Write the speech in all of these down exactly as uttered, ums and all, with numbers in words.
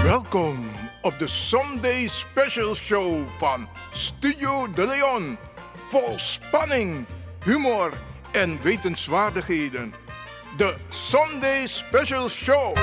Welkom op de Sunday Special Show van Studio De Leon. Vol spanning, humor en wetenswaardigheden. De Sunday Special Show.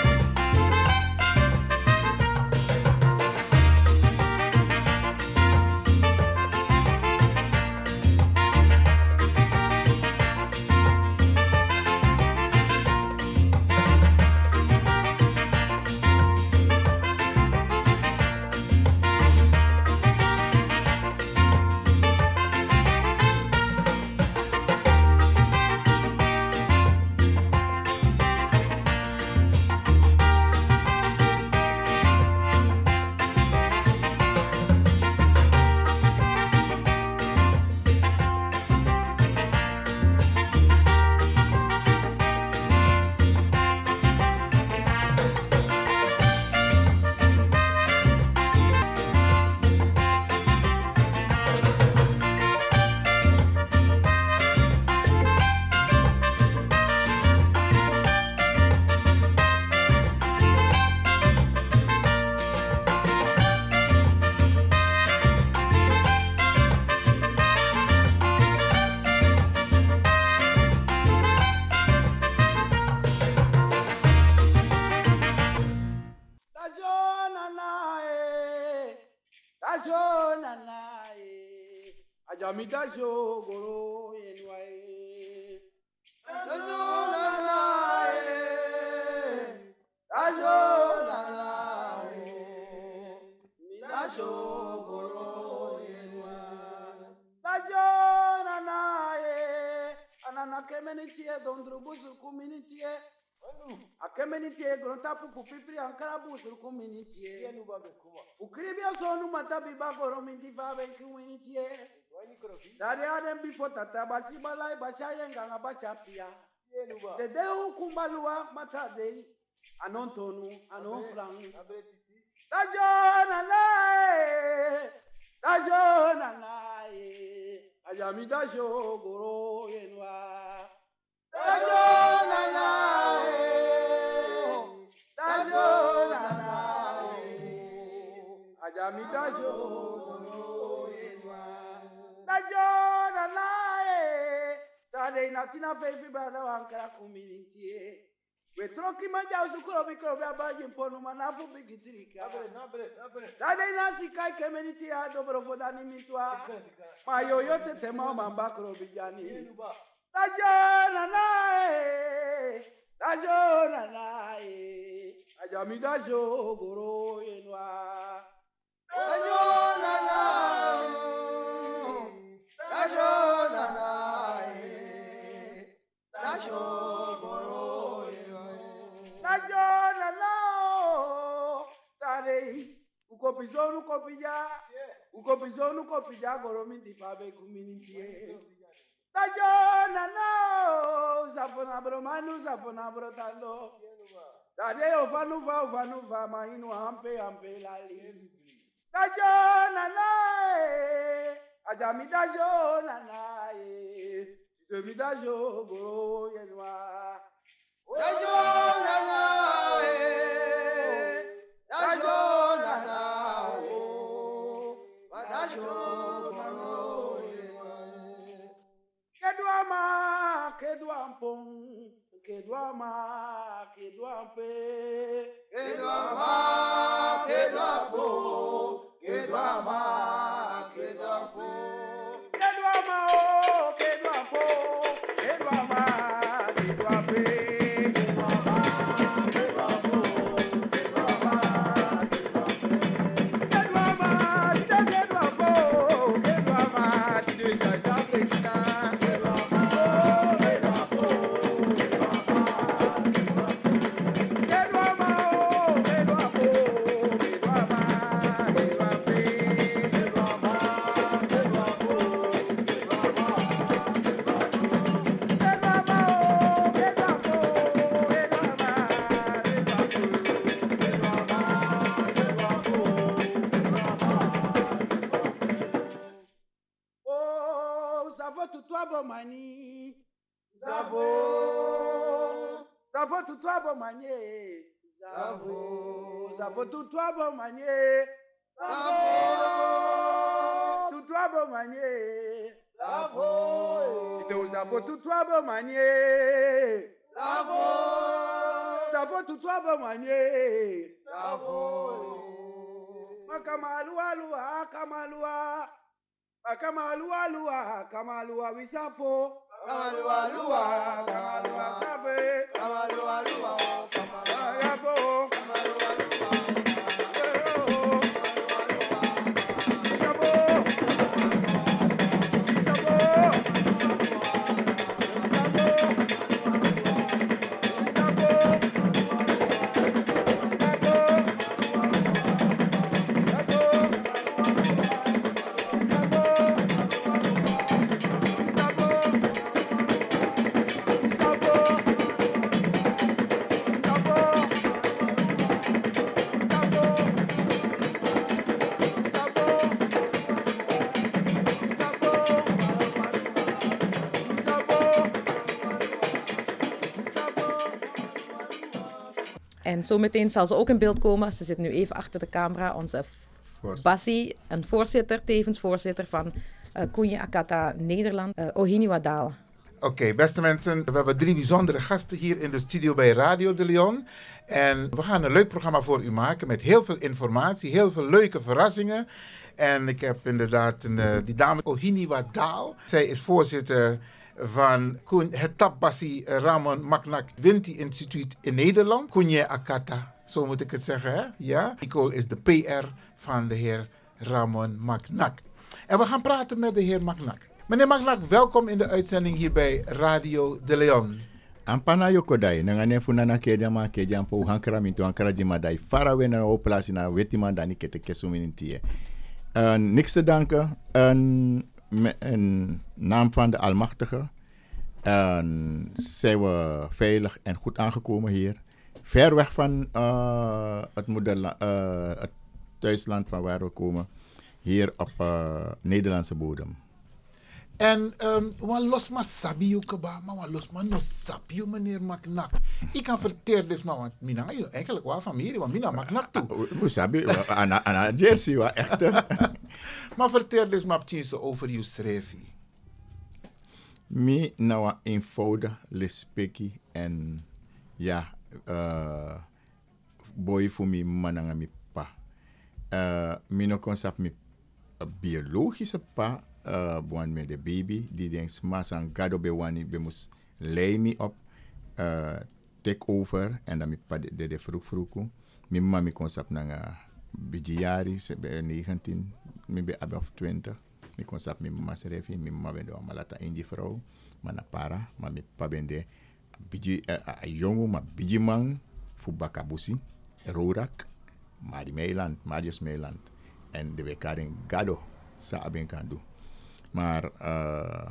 Ajamida jogoro yenwae Ajona nae Ajona nae Mida jogoro yenwae Ajona nae Anana kemenitie dondrubusu kuminitie Akemenitie gronta pupu pipri ankara busur kuminitie Ukribia sonu matabi bagoro minti babe kuminitie Dari adem bifo tata basi balai basaya nganga basapia. De deu kumbalua matadei anontonu anonfrang. Tajona nae, tajona nae, ajami dajo goro yenwa. Tajona nae, tajona nae, ajami dajo goro yenwa. Tajona nae, tade natina fefi bada wankara community. We troki manja usukuro biko babaji mponu manafu bigitrika. Tade nasi kai community ado brofodani mitwa. Mayo yote tema mambakro bijani. Tajona nae, tajona nae, ajami dajo goro yenwa. Tajona nae. Tajona nae, tajogoro yewe. Tajona nao, tadei. Ukopizonu kopija, ukopizonu kopija goro mindi fabe kuminintie. Tajona nao, zafona bromanu, zafona brotando. Tadei ofanuva, ofanuva, mainu ampe, ampe lali. Tajona nae. Ajamida jona nae, Ajamida jogoro yenwa. Tajona nae, tajona nae, tajogoro yenwa. Kedwama, kedwampong, kedwama, kedwampe, kedwama, kedwampong, kedwama. Kedwama, oh, kedwama, kedwama, kedwape. Kedwama, kedwama, kedwama, kedwape. Kedwama, dide kedwama, kedwama, dide jaja pekina. Kedwama, kedwama, kedwama, kedwama, kedwama, kedwama, kedwape. Mani, Zavo, Zavo tutwabo manye, Zavo, Safo tutwa bo manye. Safo. Tutwa bo manye. Safo. Tite safo tutwa bo manye. Safo. Safo tutwa bo manye. Safo. Makamalua lua kamalua. Makamalua lua kamalua wisafo. Kamalua lua kamalua sabe. Kamalua lua kamalua yabo. Kamalua lua. En zometeen zal ze ook in beeld komen. Ze zit nu even achter de camera. Onze Bassie, een voorzitter, tevens voorzitter van uh, Kunje Akata Nederland, uh, Ohini Wadal. Oké, okay, beste mensen, we hebben drie bijzondere gasten hier in de studio bij Radio de Leon. En we gaan een leuk programma voor u maken met heel veel informatie, heel veel leuke verrassingen. En ik heb inderdaad een, uh, die dame Ohini Wadal. Zij is voorzitter van het Tabbasi Ramon Maknak Winti Instituut in Nederland. Kunje Akata, zo moet ik het zeggen, hè? Ja. Nicole is de P R van de heer Ramon Maknak. En we gaan praten met de heer Maknak. Meneer Maknak, welkom in de uitzending hier bij Radio de Leon. Ampana yokodai, nangane funana kedia ma kedia po hankara minto hankara jima dai farawe na o plasi na wetiman dani kete kesuminintie. Uh, niks te danken, een, een naam van de Almachtige. En zijn we veilig en goed aangekomen hier. Ver weg van uh, het, moederla- uh, het thuisland van waar we komen. Hier op uh, Nederlandse bodem. En um, wat los maar sabi ook ba, maar wat los maar no sabi meneer Maknak. Ik kan vertellen dus maar want mina je eigenlijk wel familie, want mina Maknak toe. Hoe sabi? Ana ana Jersey wa echt. Maar vertel dus maar iets over je schrijfie. Mi nou eenvoudig lespeki en ja uh, boy voor mi mananga mi pa. Uh, mi no concept mi uh, biologische pa. Uh, buan met de baby die denkt mas aan gado be wani be mus lei mi op uh, take over en dan mi pa de de, de vroeg vroeg mi mama mi concept nanga bijari se be negentien mi be above twintig mi concept mi mama serefi mi mama ben do malata indi vrouw maar na para maar mi pa ben de biji a uh, uh, jongo ma biji man fu bakabusi rorak mari meiland marius meiland en de bekaring gado sa aben kan doen. Maar uh,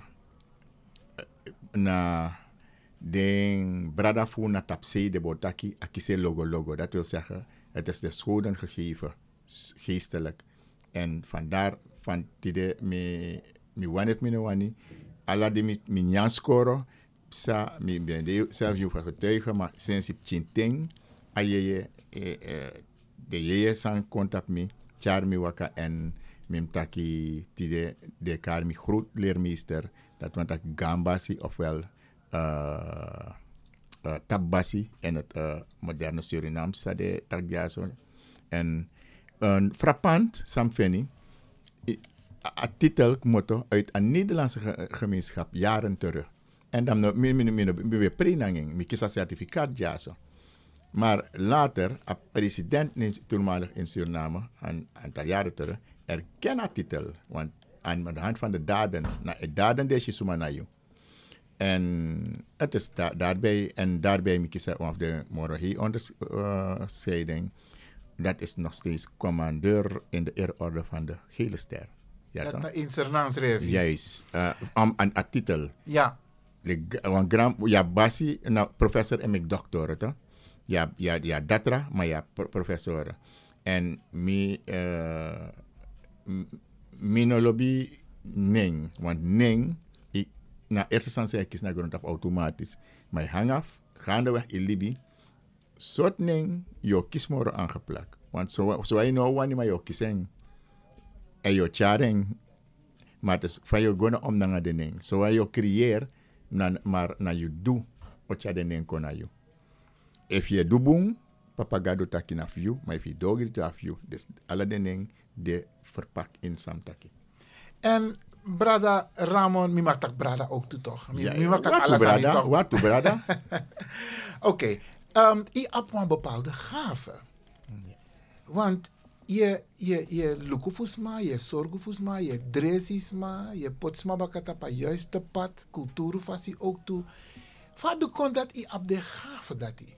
na den brada fu na tapse de botaki akise logo logo. Dat wil zeggen, het is de scholen gegeven, geestelijk. En vandaar, van tide me mi wanet mi no wani, ala de mi mi nyan scoren, sa mi ben de zelf je van getuigen, maar sinds ik chinting, ayeye de yeye san contact mi, char mi waka en mim taki tide de kar mi groot leermeester dat want ik gambasi ofwel uh, uh, tabbasi en het uh, moderne Suriname sa de takjaso en een frappant samfeni a titel motto uit een Nederlandse ge- gemeenschap jaren terug en dan no mi mi mi mi we prenanging mi kisa certificaat jaso maar later a president toenmalig in Suriname een aantal jaren terug erken dat titel, want aan de hand van de daden, na de daden deze sumanayu. En het is da- daarbij, en daarbij moet ik zeggen, of de Morohi onderscheiding, dat is nog steeds commandeur in de eerorde van de gele ster. Ja, dat na Insernaans schrijf. juist, uh, om een titel. Ja. Want gram, ja, basi, nou, professor en ik doctor, toch? Ja, ja, ja, datra, maar ja, pro- professor. En mi, uh, minologie ning, want ning, ik, na eerste instantie ik kies naar grond op automatisch, maar hang af, gaandeweg in Libië, soort ning, je kiesmoro aangeplakt. Want zo so je nou wanneer maar je kiseng en je charing, maar het is van je gonna om naar de ding. Zo je creëer, maar na je doe, wat je de ding kon je. If je doe boom, papa gado taki na you, maar if je doe het af you, dus alle de ding de verpak in samtaki. En brada Ramon, mi mag tak brada ook toe toch? Mi, Ja, mi mag tak wat alles toe, aan die brada? toch? Wat toe, brada? Oké, okay. um, je hebt een bepaalde gave. Want je, je, je lukufusma, je zorgufusma, je dressisma, je potsma bakata pa juiste pad, cultuurfassie ook toe. Wat kon dat je op de gave dat je?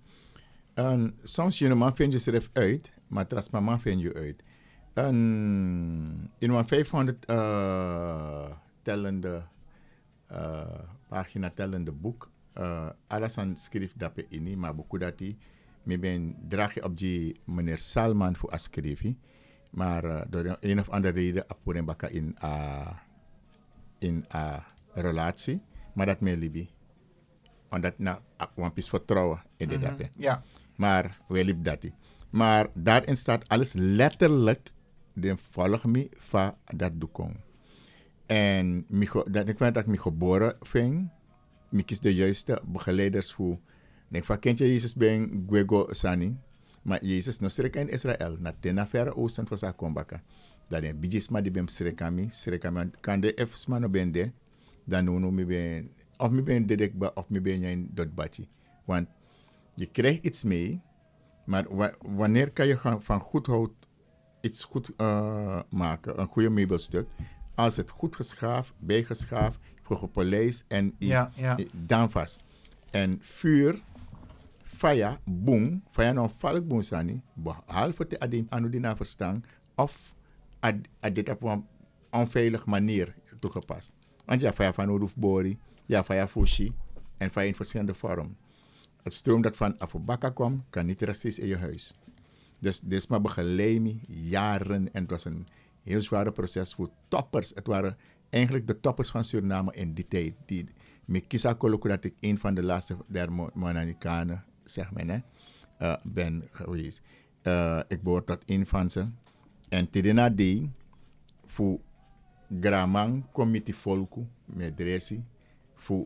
En soms je man vind je zelf uit, maar tras man vind je uit. En in een vijfhonderd uh, tellende uh, pagina tellende boek, uh, alles aan schrift dat je in, maar boek dat hij, me ben draag je op die meneer Salman voor aschrivi, maar uh, door een of andere reden apure baka in a uh, in a uh, relatie, maar dat me libi, omdat na een pis vertrouwen in dit mm-hmm. Ja. Maar we liep dat. Maar daarin staat alles letterlijk. Dan volg me van dat doekong. En dat ik weet dat ik me geboren ving. Ik kies de juiste begeleiders voor. Ik van kindje Jezus ben Gwego Sani. Maar Jezus no sreka in Israël. Na tena verre oosten van Sakombaka. Dat een bijisma die ben srekami. Srekami kan de efsma no ben de. Dan no me ben. Of me ben dedekba of me ben in dotbachi. Want je krijgt iets mee. Maar wa- wanneer kan je gaan van goed hout iets goed uh, maken, een goede meubelstuk, als het goed geschaafd, bijgeschaafd, gepolijst en ja, ja. dan vast. En vuur, fire, boom, fire nou valk boom sani, behalve te adem aan die verstaan, of ad dit op een onveilige manier toegepast. Want ja, fire van roofbori, ja, fire fushi, en fire in verschillende vormen. Het stroom dat van Afobaka kwam, kan niet rechtstreeks in je huis. Dus dit is maar begeleid me jaren en het was een heel zware proces voor toppers. Het waren eigenlijk de toppers van Suriname in die tijd. Die, met Kisa Koloko dat ik een van de laatste der Monanikanen, zeg maar, hè, uh, ben geweest. Uh, ik behoor tot een van ze. En tidena die, voor Gramang Committee Volku, met Dressi, voor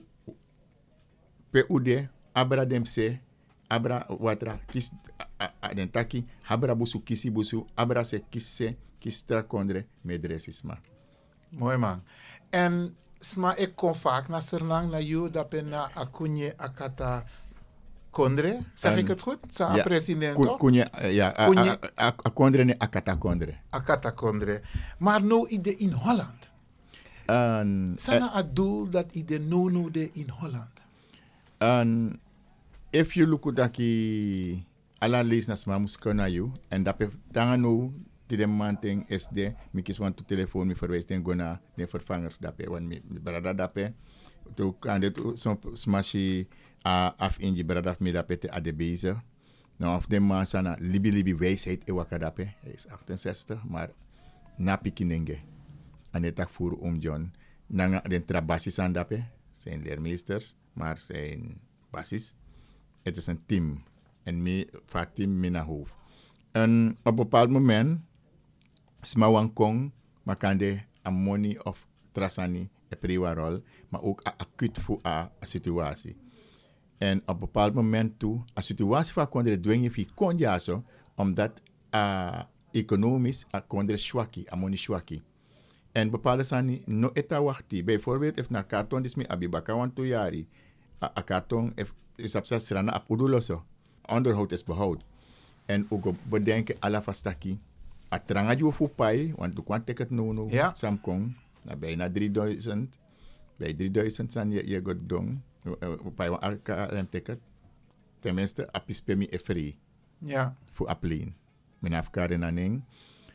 P U D, Abra Demse, Abra Watra, Kis Adentaki, Abra Busu Kisi Busu, Abra Se Kisse, Kistra Kondre, Medresisma. Mooi man. En sma ik kom vaak naar Sernang, naar jou, dat ben na Akunye Akata Kondre. Zeg en, ik het goed? Sa ja, president toch? Kunye, ja, Kondre ne Akata Kondre. Akata Kondre. Maar nou ide in Holland. En, Sana uh, het doel dat ide nou nou de in Holland. En if you look at die alla lees na sma muska na you en dat dan nou die de manting is de mi kies want to telefoon mi verwijs ten gona de vervangers dape wan mi brada dape to kan dit so smashi a af in die brada mi dape te adebeze nou of de man sana libi libi wijsheid e wakadape hij is achtenzestig maar na pikinenge en het tak voor om John nanga den trabasis aan dape zijn leermeesters maar zijn basis. Het is een team. En mij vaak team mee naar hoofd. En op een bepaald moment, smawan kong, maar kan de amoni of trasani een priwarol, maar ook acuut voor een situatie. En op een bepaald moment toe, een situatie van kon er dwingen via konja zo, omdat uh, economisch a kon er swaki, amoni swaki. En bepaalde sani no eta wachti. Bijvoorbeeld, if na karton is me abibaka wan tu jari, a, a karton is op zes rana op uduloso. Onderhoud is behoud. En ook bedenken alla vastaki. A tranga ju fu pai, want du kwant ticket no no ja. samkong, na bijna drieduizend. Bij drieduizend san je je god dong. Pai wan R K L M ticket. Tenminste, a pispemi e free. Ja. Voor apleen. Mijn afkaren na ning.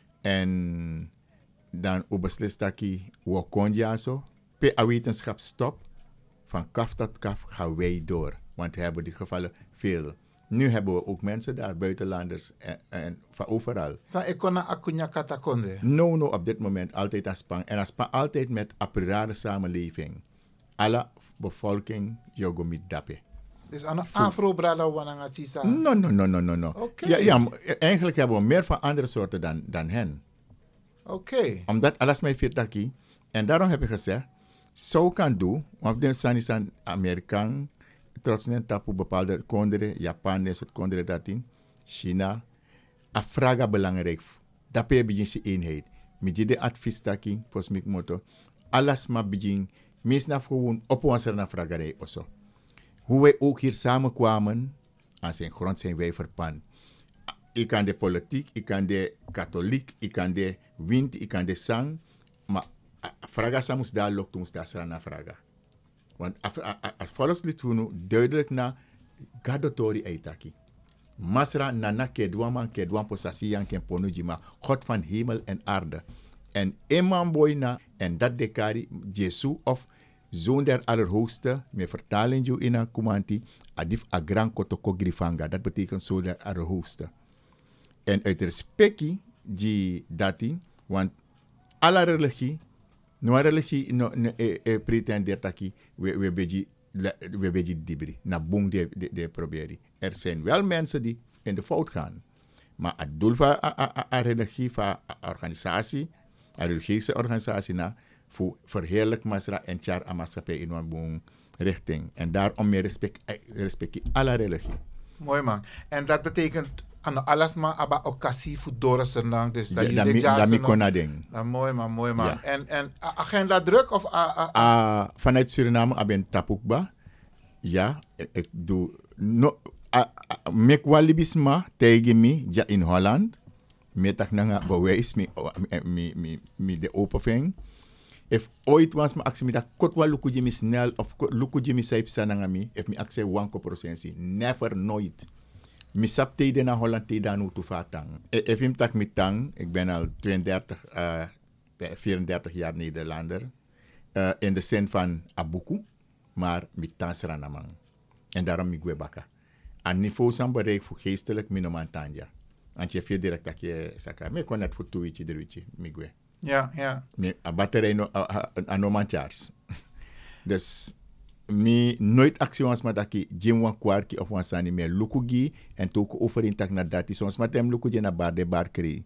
En dan beslist dat ik wat kon je zo. Per a wetenschap stop. Van kaf tot kaf gaan wij door. Want we hebben die gevallen veel. Nu hebben we ook mensen daar, buitenlanders en, en van overal. Sa ekona akunya katakonde? No, no, op dit moment altijd aan Spang. En Spang altijd met een rare samenleving. Alle bevolking jogo met dape. Dus aan een afro-brada wananga sisa? No, no, no, no, no. no. Okay. Ja, ja, eigenlijk hebben we meer van andere soorten dan, dan hen. Oké. Okay. Omdat alles mij viert aquí. En daarom heb ik gezegd, zo kan doen, want de zijn is aan Amerikaan, trots net op bepaalde konderen, Japan, een soort konderen dat in, China, a vraga belangrijk. Dat ben je eenheid. Met je de advies taki, volgens mij motto, alles maar begin, meestal gewoon op ons er naar vragerij of zo. Hoe wij ook hier samenkwamen, aan zijn grond zijn wij verpand. Ik kan de politiek, ik kan de katholiek, ik kan de wind, ik kan de zang, maar vraga samus daar loopt ons daar strana vraga. Want als volgens dit nu duidelijk na gadotori eitaki. Masra nana kedwa man kedwa posasi yan ken ponujima, God van hemel en aarde. En eman boyna en dat dekari Jesu of Zoon der Allerhoogste, me vertalen je in een kumanti, adif a gran kotoko grifanga, dat betekent Zoon der Allerhoogste. En uit respectie die dati, want alle religie, no religie no, no e, e, pretendeert taki we we beji we beji dibri na bung de de, de proberen. Er zijn wel mensen die in de fout gaan, maar het doel van een religie van organisatie, een religieuze organisatie na voor verheerlijk masra en char amaskapé in een boom richting. En daarom meer respect respectie alle religie. Mooi man. En dat betekent aan alles maar aba occasie voor doorsenang, dus dat ja, je dat mi kon ding. Dat mooi man, mooi man. Ja. En en agenda druk of a, a, a... Uh, vanuit Suriname aben tapukba. Ja, ik, ik doe no mek walibisma tegen me ja in Holland. Metak nanga bewijs mi mi mi mi de open ving. If ooit was me actie met dat kotwa luku jimi snel of luku jimi saip sananga mi, if mi actie wanko procentie, never nooit. Mi sap tijden naar Holland tijden nu toevatang. If im tak mi tang, ik ben al tweeëndertig, uh, vierendertig jaar Nederlander. Uh, in de zin van abuku, maar mi tansra namang. En daarom mi gwebaka. Aan niveau zijn bereik voor geestelijk minomantanja. Want je veel direct dat je saka, me kon net voor tuichi deruchi, mi gwe. Ja, ja. A batterij no, aan no manchars. Dus mi nooit actie was maar dat ik jim wan kwarki of wan sani me lukugi en toko over in tak na dati soms maar tem lukugi na bar de bar kri.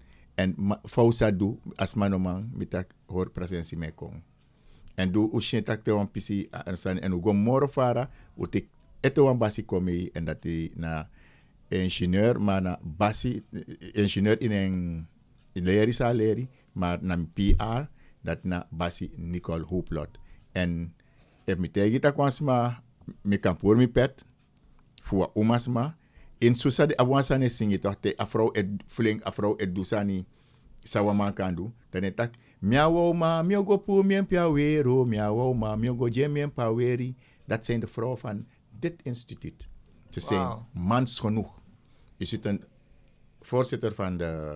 En fausa do as manoman mi tak hor presentie me kon. En do ushin tak te wan pisi an sani en ugo moro fara u te ete wan basi komi en dat na ingenieur maar na basi ingenieur in een leri sa leri maar na P R dat na basi Nicole Hooplot. En if mi tegi ta kwansma mi kan pour mi pet voor omasma in susa de awansane singi toch te afro et fling afro et dusani sawaman kandu dan etak miawo ma miogo pu mien piawero miawo ma miogo jemien paweri. Dat zijn de vrouwen van dit instituut. Ze zijn wow. Mans genoeg. Je zit een voorzitter van de...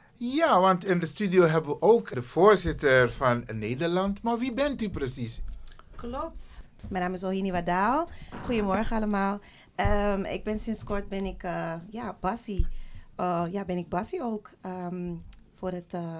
Ja, want in de studio hebben we ook de voorzitter van Nederland. Maar wie bent u precies? Klopt. Mijn naam is Ohini Wadaal. Goedemorgen allemaal. Um, ik ben sinds kort ben ik uh, ja, Bassie. Uh, ja, ben ik Bassie ook. Um, voor het, uh,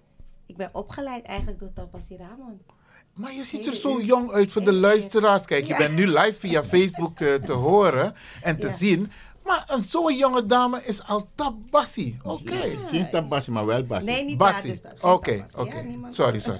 ik ben opgeleid eigenlijk door Tabassi Ramon. Maar je ziet er zo jong uit voor de luisteraars. Kijk, je bent nu live via Facebook te, te horen en te ja. zien. Maar een zo'n jonge dame is al Tabassi. Oké. Okay. Ja. Geen Tabassi, maar wel Bassi. Nee, niet Bassi. Dus Oké, oké. Okay, okay. Sorry, sorry.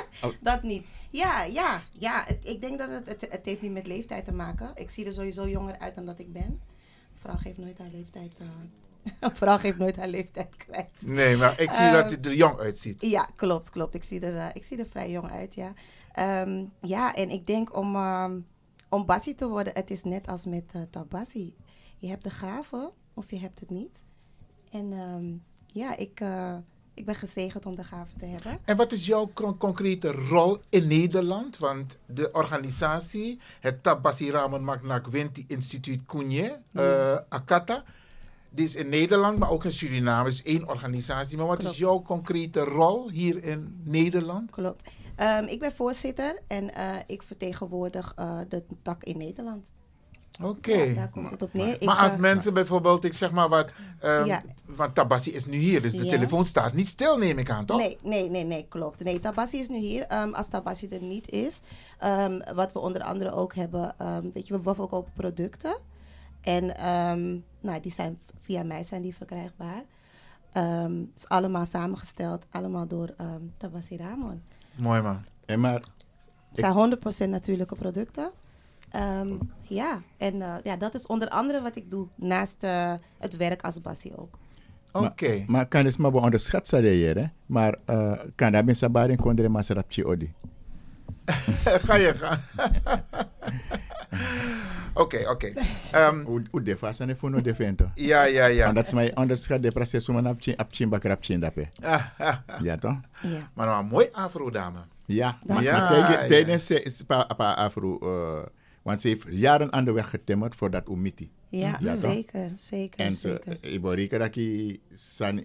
Dat niet. Ja, ja, ja. Het, ik denk dat het, het, het heeft niet met leeftijd te maken. Ik zie er sowieso jonger uit dan dat ik ben. Een vrouw geeft nooit haar leeftijd... Uh, een vrouw geeft nooit haar leeftijd kwijt. Nee, maar ik zie uh, dat je er jong uitziet. Ja, klopt, klopt. Ik zie er, uh, ik zie er vrij jong uit, ja. Um, ja, en ik denk om, um, om Bassi te worden, het is net als met uh, Tabassi. Je hebt de gave of je hebt het niet. En um, ja, ik, uh, ik ben gezegend om de gave te hebben. En wat is jouw con- concrete rol in Nederland? Want de organisatie, het Tabassi Ramon Magnak Winti Instituut Kunje, uh, ja. Akata, die is in Nederland, maar ook in Suriname, is één organisatie. Maar wat Klopt. Is jouw concrete rol hier in Nederland? Klopt. Um, ik ben voorzitter en uh, ik vertegenwoordig uh, de tak in Nederland. Oké. Ja, daar komt het op neer. Maar Ik, als uh, mensen bijvoorbeeld, ik zeg maar wat, um, Ja. want Tabassi is nu hier, dus de Ja. telefoon staat niet stil, neem ik aan, toch? Nee, nee, nee, nee, klopt. Nee, Tabassi is nu hier. Um, als Tabassi er niet is, um, wat we onder andere ook hebben, um, weet je, we werven ook op producten. En um, nou, die zijn via mij zijn die verkrijgbaar. Um, het is allemaal samengesteld, allemaal door um, Tabassi Ramon. Mooi man. En maar, Het zijn honderd procent natuurlijke producten. Um, ja, en uh, ja, dat is onder andere wat ik doe naast uh, het werk als Bassi ook. Oké. Maar, maar kan het maar wel onderschat zijn hier, hè? Maar uh, kan dat mensen bij een kondre maar serapje odi? Ga je gaan. Oké, oké. Um, Hoe de vast en voor no de vento. Ja, ja, ja. En dat is mijn onderschat de proces om een apje apje bakrapje in dat hè. Ja toch? Ja. Maar nou, een mooi afro-dame. Ja, Ja, maar ja. tegen tegen ze is pa pa afro, uh, want ze heeft jaren aan de weg getimmerd voor dat umiti. Ja, Ja, toch? zeker, zeker, En ze, zeker. ik bedoel dat ik san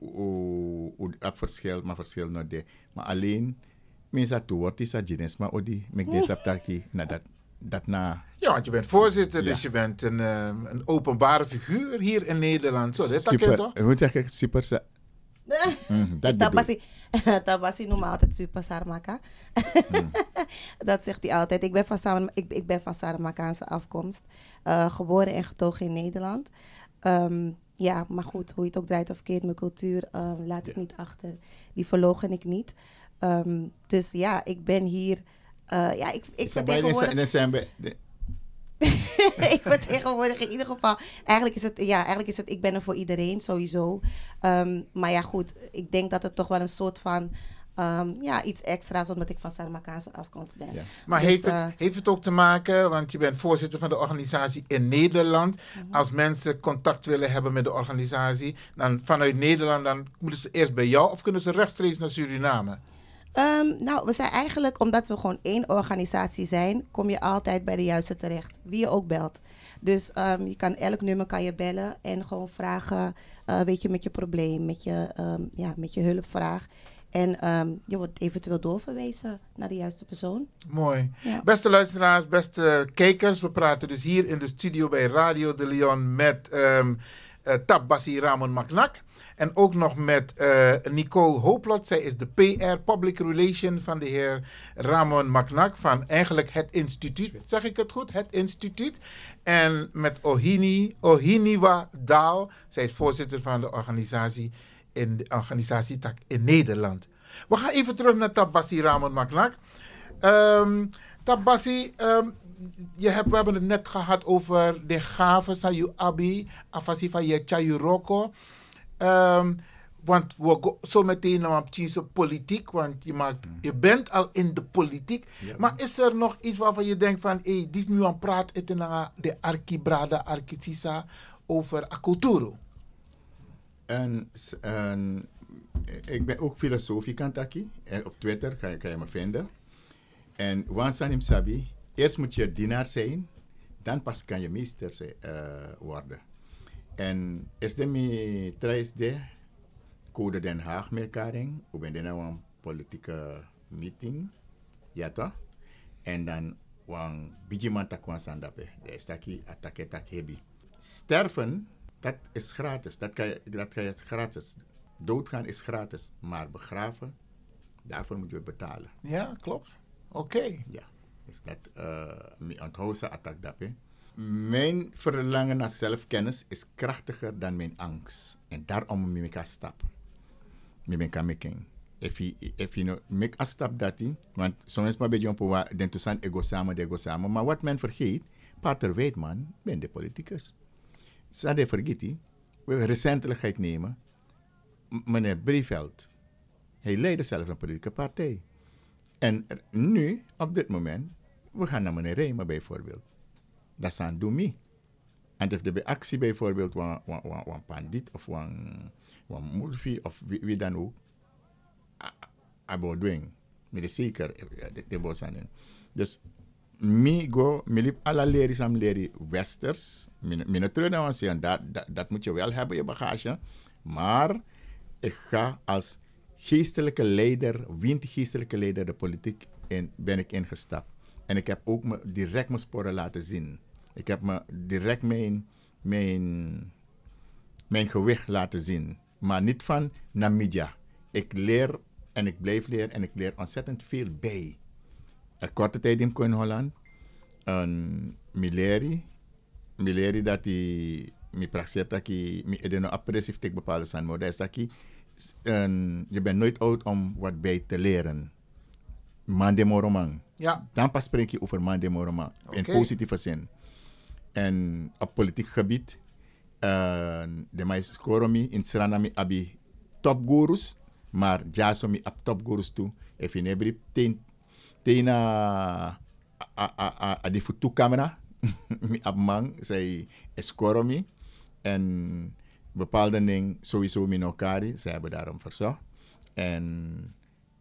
op verschil, maar verschil nog de. Maar alleen mensen toe wordt is dat genes, maar odi, met deze aptaki na dat dat na. Ja, want je bent voorzitter, Ja. dus je bent een, um, een openbare figuur hier in Nederland. Zo, dit super, toch? hoe zeg ik super. Sa- Mm, dat bedoel ik. Tabassi, Tabassi noemt me altijd Super Saramaka. Mm. Dat zegt hij altijd. Ik ben van, Saram, ik, ik ben van Saramakaanse afkomst. Uh, geboren en getogen in Nederland. Um, ja, maar goed, hoe je het ook draait of keert, mijn cultuur um, laat ik Ja. niet achter. Die verloochen ik niet. Um, dus ja, ik ben hier... Uh, ja, ik, ik Is dat ben bij tegenwoordig... de december? de- ik ben tegenwoordig in ieder geval... Eigenlijk is het... Ja, eigenlijk is het... Ik ben er voor iedereen, sowieso. Um, maar ja, goed. Ik denk dat het toch wel een soort van... Um, ja, iets extra's, omdat ik van Saramakaanse afkomst ben. Ja. Maar Dus, heeft, het, uh, heeft het ook te maken, want je bent voorzitter van de organisatie in Nederland. Mhm. Als mensen contact willen hebben met de organisatie, dan vanuit Nederland, dan moeten ze eerst bij jou of kunnen ze rechtstreeks naar Suriname? Um, nou, we zijn eigenlijk, omdat we gewoon één organisatie zijn, kom je altijd bij de juiste terecht. Wie je ook belt. Dus um, je kan elk nummer kan je bellen en gewoon vragen, uh, weet je, met je probleem, met je, um, ja, met je hulpvraag. En um, je wordt eventueel doorverwezen naar de juiste persoon. Mooi. Ja. Beste luisteraars, beste kijkers, we praten dus hier in de studio bij Radio de Leon met um, uh, Tabassi Ramon Maknak. En ook nog met uh, Nicole Hooplot. Zij is de P R, Public Relation van de heer Ramon Maknak van eigenlijk het instituut. Zeg ik het goed? Het instituut. En met Ohini, Ohiniwa Daal. Zij is voorzitter van de organisatie in de organisatietak in Nederland. We gaan even terug naar Tabassi Ramon Maknak. Um, Tabassi, um, je hebt, we hebben het net gehad over de gave van je abi, afasi van je chayuroko. Um, want we gaan zo meteen naar een politiek, want je, maakt, je bent al in de politiek. Ja. Maar is er nog iets waarvan je denkt van, hey, dit is nu aan praat eten naar de Arkibrada, Arkisisa over Akulturu? En, en ik ben ook filosofie kantaki. Op Twitter kan je, kan je me vinden. En wanneer sabi, eerst moet je dienaar zijn, dan pas kan je meester zijn, uh, worden. En is de mi treis de Code Den Haag mekaring, we ben nou een politieke meeting, ja toch? En dan wan bijiman takwan sandape, de is taki atake tak hebi. Sterven, dat is gratis, dat kan je, dat kan je gratis. Doodgaan is gratis, maar begraven, daarvoor moet je betalen. Ja, klopt. Oké. Okay. Ja, dus dat, uh, mi onthouden attack dape. Mijn verlangen naar zelfkennis is krachtiger dan mijn angst. En daarom moet ik een stap. Ik kan maken. If je, if je nou, make a stap dat in, want soms maar bij John Powa, den toestand ego samen, de ego samen. Maar wat men vergeet, Pater Weidman, ben de politicus. Zade vergeet, we recentelijk ga ik nemen, m- meneer Brieveld. Hij leidde zelf een politieke partij. En er, nu, op dit moment, we gaan naar meneer Rema bijvoorbeeld. Dat is aan Doemi. En als de actie bijvoorbeeld een pandit of een mulfi of wie, wie dan ook, about doing. Met zeker de bos aan. Dus, mi go, mi liep alle leren samen leren westers. Mijn terug naar zeggen, dat, dat, dat moet je wel hebben, je bagage. Maar ik ga als geestelijke leider, wint geestelijke leider de politiek in, ben ik ingestapt. En ik heb ook me, direct mijn sporen laten zien. Ik heb me direct mijn, mijn, mijn gewicht laten zien. Maar niet van Namibia. Ik leer en ik blijf leren en ik leer ontzettend veel bij. Een korte tijd in Holland. Een mileri. Mileri dat die mi praxeert dat die mi edeno appressief tegen bepaalde zijn. Maar dat is dat die je bent nooit oud om wat bij te leren. Mandemoroman. Ja. Dan pas spreek je over Mandemoroman. Okay. In positieve zin. En op politiek gebied, uh, de meeste koromi in Suriname abi topgurus, maar jaso mi ab topgurus toe. If in every ten tena a a a a di futu camera mi ab man zij is koromi en bepaalde dingen sowieso mi nokari, zij hebben daarom verzocht en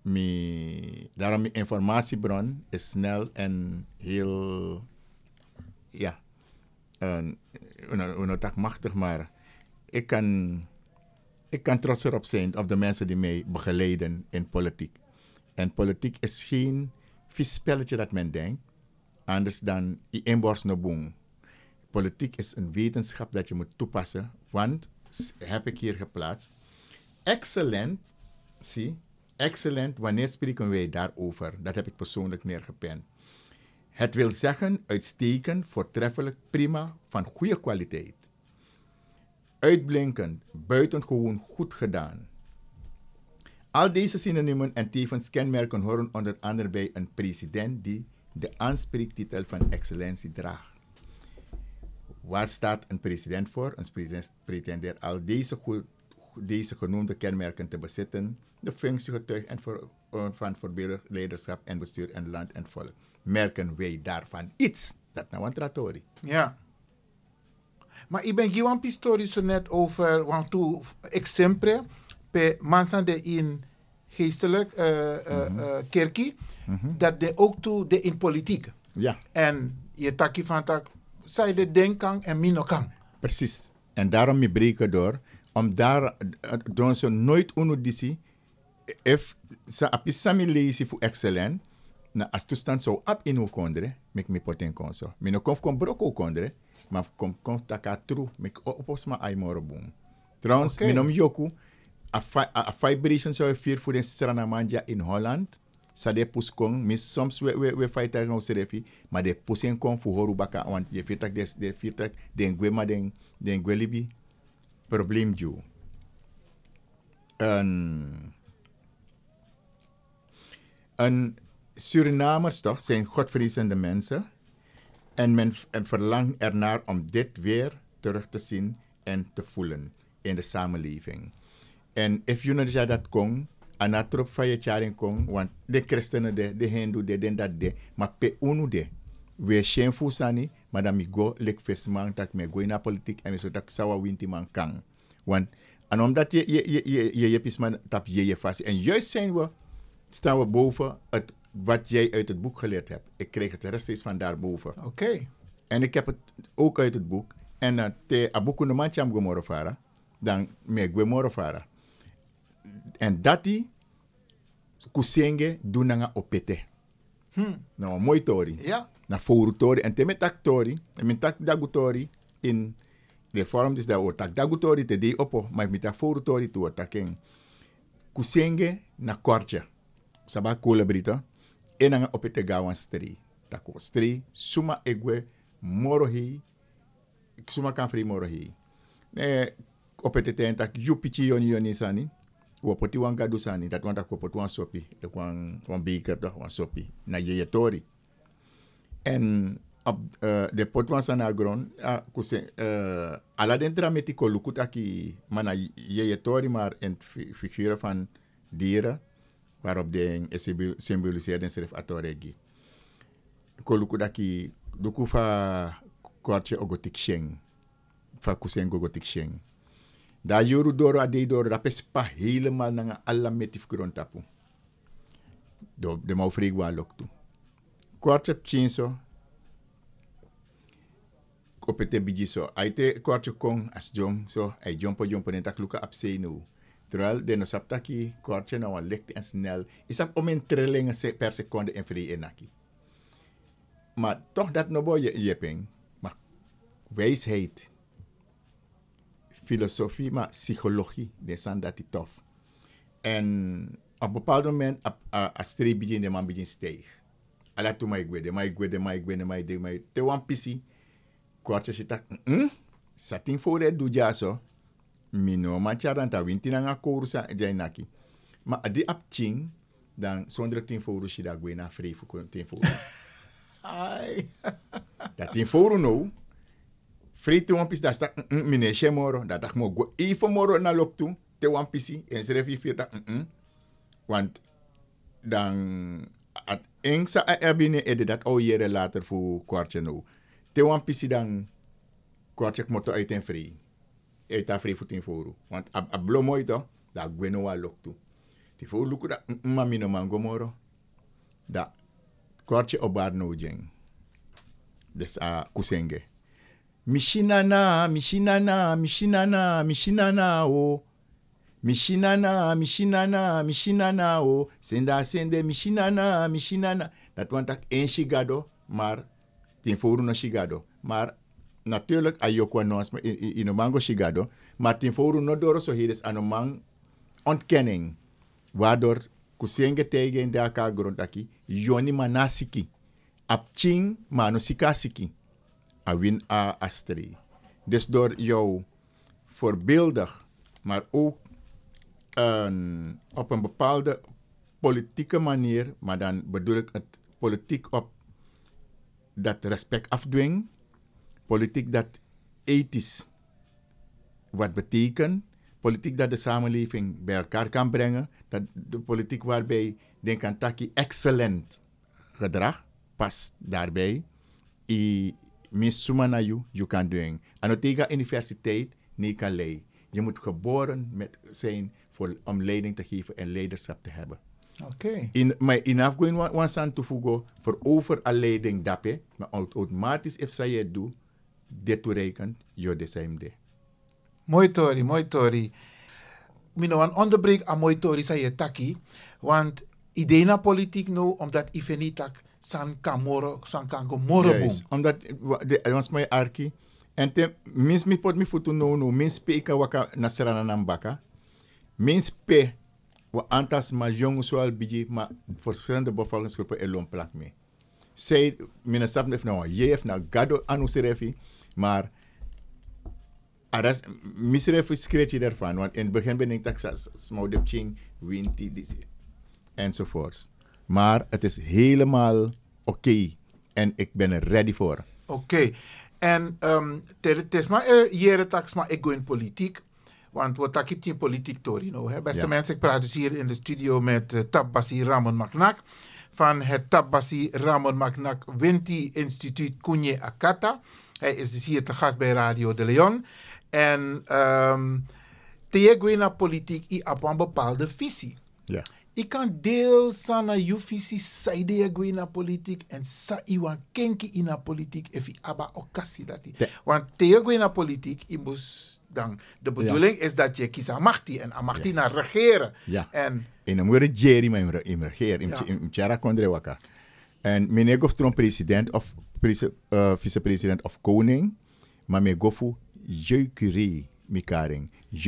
mi daarom mi informatiebron is snel en heel ja. Uh, unotak machtig, maar ik kan, ik kan trots erop zijn op de mensen die mij begeleiden in politiek. En politiek is geen vies spelletje dat men denkt, anders dan i inborst no boom. Politiek is een wetenschap dat je moet toepassen, want, heb ik hier geplaatst, excellent, zie, excellent, wanneer spreken wij daarover? Dat heb ik persoonlijk neergepend. Het wil zeggen uitstekend, voortreffelijk, prima, van goede kwaliteit. Uitblinkend, buitengewoon goed gedaan. Al deze synoniemen en tevens kenmerken horen onder andere bij een president die de aanspreektitel van excellentie draagt. Waar staat een president voor? Een president pretendeert al deze, goed, deze genoemde kenmerken te bezitten, de functie getuigt en voor, van voorbeeldig leiderschap en bestuur en land en volk. Merken wij daarvan iets? Dat nou een trattori. Ja. Maar ik ben gewoon pistori zo net over, want toen ik sempre pe mensen de in geestelijk uh, uh, uh, kerkie, mm-hmm. dat de ook toe de in politiek. Ja. En je takkie van tak, zij de denkang en minokang. Precies. En daarom me breken door, om daar doen ze nooit onudisi, if sa apisami leisi voor excellent. Na as toestand zo op in kondre, mek me poten konso. Me no konf kon broko kondre, maar kom kom taka tru, mek oposma ai morobum. Trouwens, okay. Minom yoku, a, a vibration zo vier voor de Surinamania in Holland. Sa de pus kon, mis soms we we we fighter gaan serefi, maar de pusen kon voor horu baka, want je viertak des de viertak den gwema den den gwelibi probleem ju. Een een Surinamers toch zijn godvreezende mensen en men en verlangt ernaar om dit weer terug te zien en te voelen in de samenleving. En if you know dat kon, anatrop van je charing kon, want de christenen de, de hindoe de, den dat de, maar pe unu de, we shameful sani, maar dan mi go lek fesman dat me go in de politiek en me zo dat sawa winti man kan. Want en omdat je je je je je je pisman tap je je vast en juist zijn we staan we boven het wat jij uit het boek geleerd hebt. Ik kreeg het rechtstreeks van daarboven. Oké. Okay. En ik heb het ook uit het boek. En uh, te abuku no mancham gomorofara, dan me gomorofara. En dati kusenge dunanga opete. Hmm. Nou, mooi tori. Ja. Na foru tori en te metak tori, en metak dagutori in de vorm is dat otak dagutori te de opo, maar metak foru tori tu otaking. Kusenge na kortje. Saba kola brito. Enanga opete gawan stri. Tako stri, suma egwe, morohi, suma kan free morohi. Ne, opete ten tak yupichi yoni yoni sani, wapoti wanga du sani, dat wanta kopoti wan sopi, ek wan, wan beker doch, wan sopi, na yeye tori. En op uh, de pot wan sana gron, uh, kuse, uh, ala den drameti ko lukut aki, mana yeye tori, maar in figuren van dieren, waarop de symboliseerde schrift atoregi. Koluku daki duku fa kortje ogotik sheng. Fa kusen ogotik sheng. Da yoru doro ade doro da pespa helemaal nanga alla metif grondtapu. Do de mau frigwa loktu. Kortje chinso. Kopete bijiso. Aite kortje kong as jong so ay jompo jompo nentak luka apsenu. Terwijl de no saptaki kortje nou een licht en snel. Is dat om een trilling per seconde en vrij enaki. Maar toch dat no boy je jeping. Maar wijsheid, filosofie, maar psychologie, dat zijn dat die tof. En op een bepaald moment, als streep begin, de man begint stijgen. Alla tu mai gwede, mai gwede, mai gwede, mai de, mai te wan pisi. Kwartje zit tak, hm? Satin voor de doja zo. Mino mancharan ta winti na nga koru sa jainaki. Maar adi ap ching, dan zonder tin voor si da gwena vrij voor tin voor. Ai. Dat tin voor no. Vrij te wan pisi da sta, hm, mine shemoro, da tak mo go ifo moro na lok tu, te wan pisi, en zrefi vier tak, hm. Want dan at engsa erbine ede dat al jaren later voor kwartje nou. Te wan pisi dan kwartje moto uit en vrij. Uit en vrij voor tien voor. Want a blo mooi toch, dat gweno wa lok toe. Ti voor luku dat mami no mango moro. Dat kwartje op bar no jeng. Dus a uh, kusenge. Mishinana, mishinana, mishinana, mishinana o. Mishinana, mishinana, mishinana o. Senda sende mishinana, mishinana. Dat want ik één shigado, maar ten voren no shigado. Maar natuurlijk ayokwa no in in mango shigado, maar ten voren no doro so hier is aan een man ontkenning. Waardoor kusenge tegen in de ka grondaki joni manasiki. Apching manusikasiki. A win a astri. Dus door jou voorbeeldig, maar ook een, op een bepaalde politieke manier, maar dan bedoel ik het politiek op dat respect afdwingt, politiek dat ethisch wat betekent, politiek dat de samenleving bij elkaar kan brengen, dat de politiek waarbij denk aan taki excellent gedrag past daarbij, i misuma na you, you kan doen. En tegen universiteit, nee kan lei. Je moet geboren met zijn voor, om leiding te geven en leiderschap te hebben. Oké. Okay. In, maar in afgoing wan san toevoegen voor over een leiding dape, maar automatisch if zij het doet, dit toerekent, je de same day. Mooi tori, mooi tori. Mino een onderbreek aan mooi tori zei je taki, want idee na politiek nou, omdat ik niet tak san kamoro, san kango moro boom. Omdat de was mijn arki. En te mins mi pot mi futu no no mins pe ika waka nasrana nambaka. Mins pe wa antas ma jongu soal biji ma voor verschillende bevolkingsgroepen elon plak me. Zij mina sap nef na je na gado anu serefi, maar aras misrefi skreetje daarvan, want in het begin ben ik taxas smau de ching winti disi enzovoorts. Maar het is helemaal oké okay, en ik ben er ready voor. Oké. Okay. En um, het is maar uh, jaren tax, maar ik ga in politiek. Want wat ik heb in politiek tori nou. Hè. Beste ja. mensen, ik praat dus hier in de studio met uh, Tabbasi Ramon Maknak. Van het Tabbasi Ramon Maknak Winti Instituut Kunye Akata. Hij is dus hier te gast bij Radio de Leon. En um, te ga naar politiek, i op een bepaalde visie. Ja. Ik kan deel sana je visie saide je go in politiek en sa iwan kenki in a politiek if i aba okasi dati. Want te je go in a politiek, i moest dan de bedoeling ja. is dat je kies amachti en amachti ja. naar regeren. Ja. En in een moeder Jerry maar in regeren, in Chara kondre waka. En meneer gof president of uh, vice-president of koning, maar me gofu jeukure mikaring,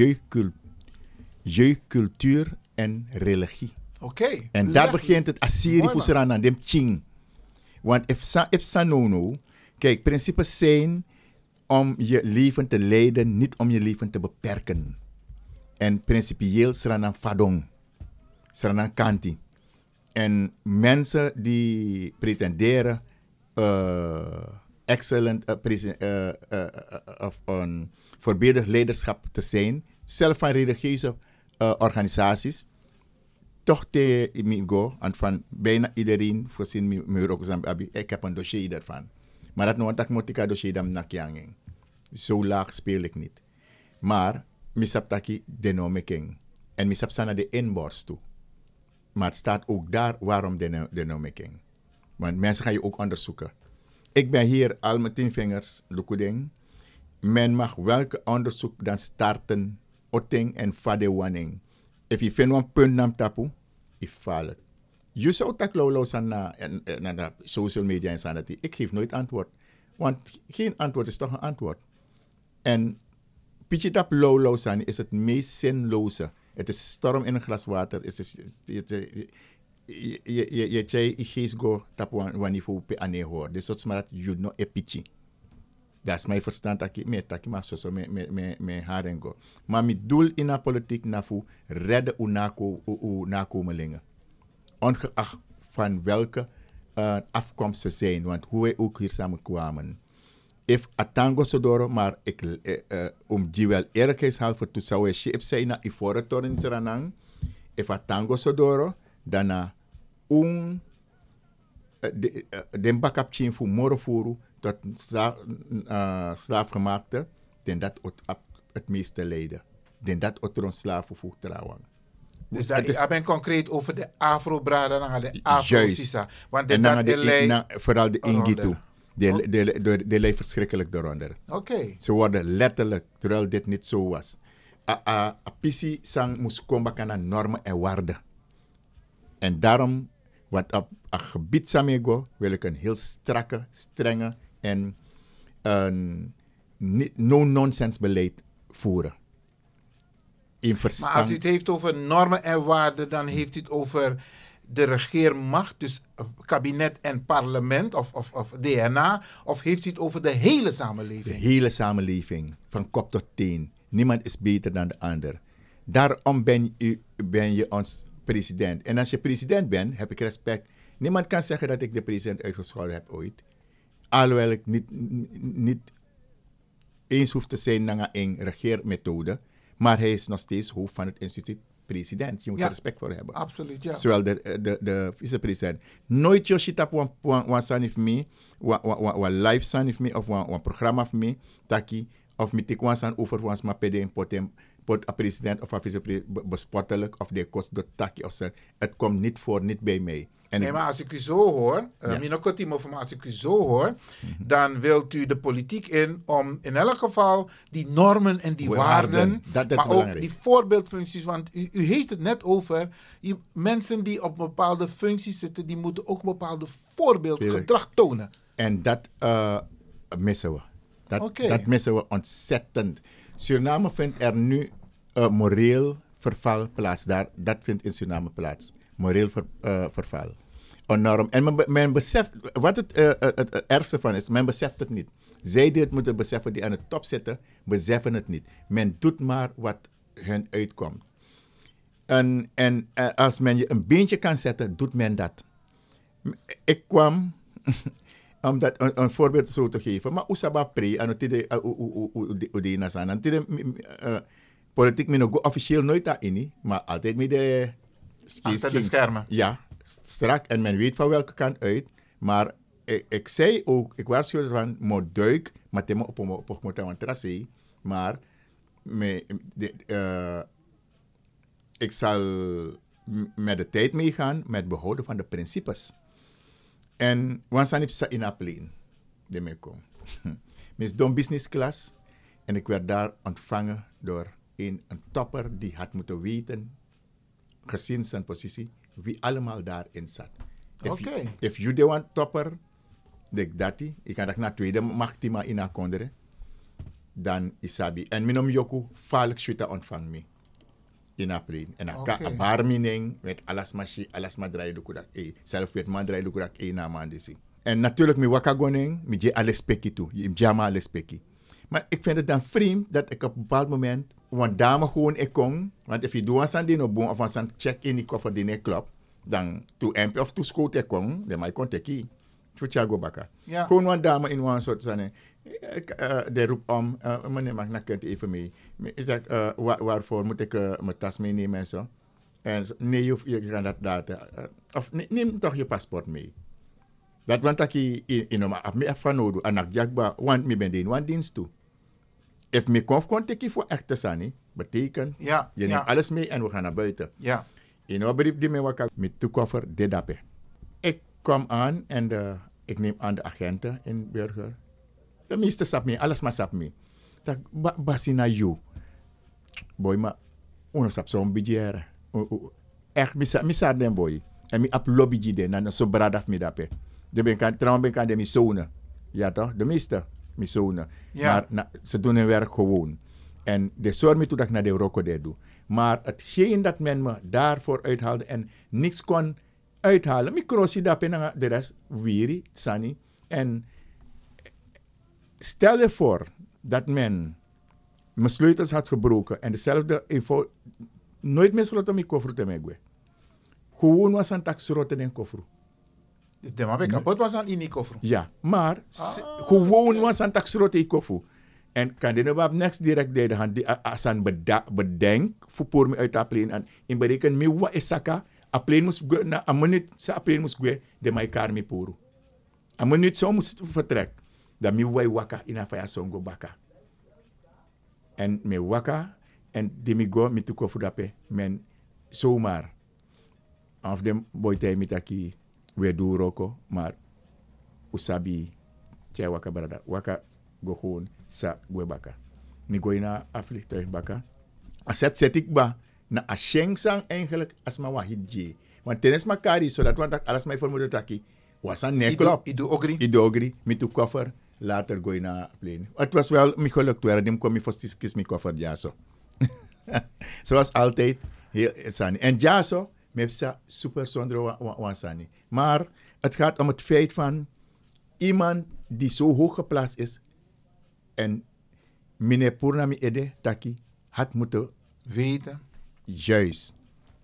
jeukcultuur en religie. Oké. Okay. En daar begint het Assyrië voor aan dem ching. Want if sa if sa no no, kijk, principes zijn om je leven te leiden, niet om je leven te beperken. En principieel sranan fadong, sranan kanti. En mensen die pretenderen uh, excellent uh, presen- uh, uh, uh, of een voorbeeldig leiderschap te zijn, zelf van religieuze uh, organisaties, toch te migo, en van bijna iedereen voorzien me me ook zijn, ik heb een dossier daarvan. Maar dat nooit dat moet ik een dossier dan nakjanging. Zo laag speel ik niet. Maar misap taki denomiking en misap sana de inborst toe. Maar het staat ook daar waarom denomiking. Want mensen gaan je ook onderzoeken. Ik ben hier al met tien vingers, lukuding. Men mag welke onderzoek dan starten, oting en fadewaning. If je vindt een punt nam tapu, ik val het. Je zou dat lolo zijn naar de social media en sanity. Ik geef nooit antwoord. Want geen antwoord is toch een antwoord. En Pichitap low low sani is het meest zinloze. Het is storm in een glas water. Het is, je je je je je geest go tap wan niveau pe ane hoor. Dus dat is maar dat you know e pichi. Dat is mijn verstand dat ik met dat ik maar zo met met met met haar go. Maar mijn doel in de politiek nafu redden unako u nakomelingen. Ongeacht van welke uh, afkomst ze zijn, want hoe wij ook hier samen kwamen. If atango sodoro, maar ik uh, uh, om die wel eerlijkheidshalve toe zou je op zijn na ivoren toren zeranang. If atango sodoro, daarna un de de bakap chin fu morofuru tot sla, uh, slaafgemaakte, den dat het, het meeste lijden. Den dat het rond slaven voegt trouwen. Dus dat is, ik ben concreet over de Afro-Brada en de Afro-Sisa. Want en dan de, de, na, vooral de Ingitu. Die oh. de, de, de leeft verschrikkelijk daaronder. Oké. Okay. Ze worden letterlijk, terwijl dit niet zo was. A, a, a pisi sang moest komen naar normen en waarden. En daarom, wat op het gebied samego, wil ik een heel strakke, strenge en een no-nonsense beleid voeren. Maar als u het heeft over normen en waarden, dan heeft u het over de regeermacht, dus kabinet en parlement of, of, of D N A, of heeft u het over de hele samenleving? De hele samenleving, van kop tot teen. Niemand is beter dan de ander. Daarom ben je, ben je ons president. En als je president bent, heb ik respect. Niemand kan zeggen dat ik de president uitgescholden heb ooit. Alhoewel ik niet, niet eens hoef te zijn naar een regeermethode. Maar hij is nog steeds hoofd van het instituut president. Je moet ja, er respect voor hebben. Absoluut, ja. Zowel de, de, de vice-president. Nooit Yoshita wan san of me, wan live san of me, of wan programma of me, taki, of met ik wan san over wans maar pede potem, pot a president of a vice-president bespottelijk, of de kost door taki of zo. Het komt niet voor, niet bij mij. En nee, maar als ik u zo hoor, uh, ja. maar als ik u zo hoor, mm-hmm. dan wilt u de politiek in om in elk geval die normen en die waarden, waarden dat, dat maar ook belangrijk. Die voorbeeldfuncties, want u, u heeft het net over, je, mensen die op bepaalde functies zitten, die moeten ook een bepaalde voorbeeldgedrag tonen. En dat uh, missen we. Dat, okay. dat missen we ontzettend. Suriname vindt er nu uh, moreel verval plaats. Daar, dat vindt in Suriname plaats. Moreel ver, uh, verval. Enorm. En men, men beseft, wat het, uh, het, het ergste van is, men beseft het niet. Zij die het moeten beseffen, die aan de top zitten, beseffen het niet. Men doet maar wat hun uitkomt. En, en uh, als men je een beentje kan zetten, doet men dat. Ik kwam, om dat een, een voorbeeld zo te geven, maar Oesaba Pre, en Udena San, en politiek men ook officieel nooit daarin, maar altijd met de... Achter de schermen. Ja, strak. En men weet van welke kant uit. Maar ik, ik zei ook, ik waarschuwde van, moet duik, maar te op op op een tracé. Maar me, de, uh, ik zal met de tijd meegaan met behouden van de principes. En wanneer ik sa in Apleen, de me kom. Mis don business class. En ik werd daar ontvangen door een, een topper die had moeten weten, gezien zijn positie, wie allemaal daarin zat. Okay. If you de want topper, dek dati, ik kan dat naar tweede machtima in a kondere, dan isabi. En minom yoku falk shuita ontvang me. In a plane. En a ka barmining, met alas machi, alas madraai lukudak e. Zelf weet madraai lukudak e na mandisi. En natuurlijk, mi wakagoning, mi je alespeki toe. Je jama alespeki. Maar ik vind het dan vreemd dat ik op een bepaald moment een dame gewoon ik kon. Want als je doet aan die boom of aan check in die koffer die klopt, dan to M P of to schoot ik kon, dan mij kon ik hier. Voor Thiago Baka. Ja. Gewoon een dame in een soort van, de roep om, uh, meneer mag naar kunt even mee. Ik zeg, uh, waar, waarvoor moet ik uh, mijn tas meenemen en zo? En nee, je, je kan dat laten. Uh, of neem toch je paspoort mee. Dat want dat je in een me van nodig en ik jagba want me ben de een dienst toe. If me konf kon teki voor echte sani, betekent ja, je neemt ja. alles mee en we gaan naar buiten. Ja. In een brief die me wakka met toekoffer de dape. Ik kom aan en de, ik neem aan de agenten in Burger. De meeste sap me, alles maar sap me. Dat ba, basina you. Boy ma, uno sap zo'n budget. Echt, misa, misa den boy. En mi ap lobby den, en so brad af me dape. De ben kan, trouwens ben kan de mi zone. Ja toch? De meeste misonen. Ja. Maar na, ze doen hun werk gewoon. En de zorg me toe dat ik naar de Roko doe. Maar hetgeen dat men me daarvoor uithaalde en niks kon uithalen. Microsi dat en de rest wiri, sani. En stel je voor dat men mijn sleutels had gebroken en dezelfde info nooit meer schroten om mijn koffer te maken. Gewoon was een tak schroten in koffer. Dus de man kapot was aan in die koffer. Ja, maar Ah, gewoon okay. was een tak schroten in koffer. En kan je nou next direct de hand als een beda- bedenk voor me uit de plane en in bereken me wa isaka a plane moest na een minuut sa plane moest go de my car me puru. Een minuut zo moest vertrek. Dat me wa waka in a faya songo baka. En me waka en de me go me to koffer dape men zomaar. Af dem boy tay mi taki we do roko maar usabi tjai waka brada waka go gewoon sa go baka. Mi go ina afvliegtuig baka. Aset set ik ba na a sang eigenlijk as ma wahidje. Want tenes makari zodat want alles mij voor moet taki was een neklop. Idu ogri. Idogri, met de koffer, later go je naar plane. Het was wel mijn geluk, toen ik kwam voor kies mijn koffer, ja zo. Zoals altijd, heel sani. En ja zo, met ze super zonder wansani. Maar het gaat om het feit van iemand die zo hoog geplaatst is en meneer Purnami Ede Taki had moeten weten. Juist.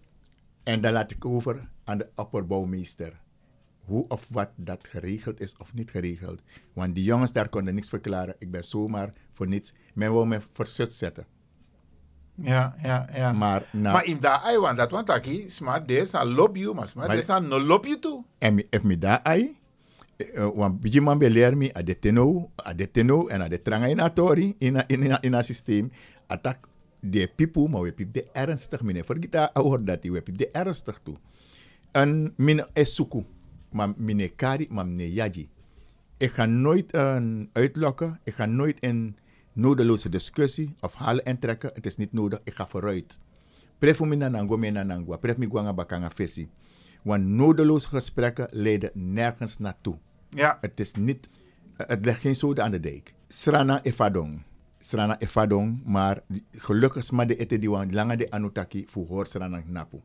En dan laat ik over aan de opperbouwmeester. Hoe of wat dat geregeld is of niet geregeld. Want die jongens daar konden niks verklaren. Ik ben zomaar voor niets. Men wil me voor zut zetten. Ja, ja, ja. Maar, nou, Maar in dat ai want dat want taki sma des aan loop you, maar sma Maar- des aan no loop you toe. en mi- if me daar ai, eh, want biji man beleer me a de teno, a de teno en a de tranga in a tori, in a, in a, in a systeem, attack de pipu, maar we pip de ernstig, meneer. Vergeet dat, hoor dat, we pip de ernstig toe. En mine esuku, maar meneer Kari, maar meneer Yaji. Ik ga nooit een uitlokken, ik ga nooit een nodeloze discussie of halen en trekken. Het is niet nodig, ik ga vooruit. Pref me nanango me nanango, pref me guanga bakanga fesi. Want nodeloze gesprekken leiden nergens naartoe. Ja. Het is niet, het legt geen zoden aan de dijk. Srana efadong. Srana efadong, maar gelukkig is maar de ete die wan lange de anutaki voor hoor srana napu.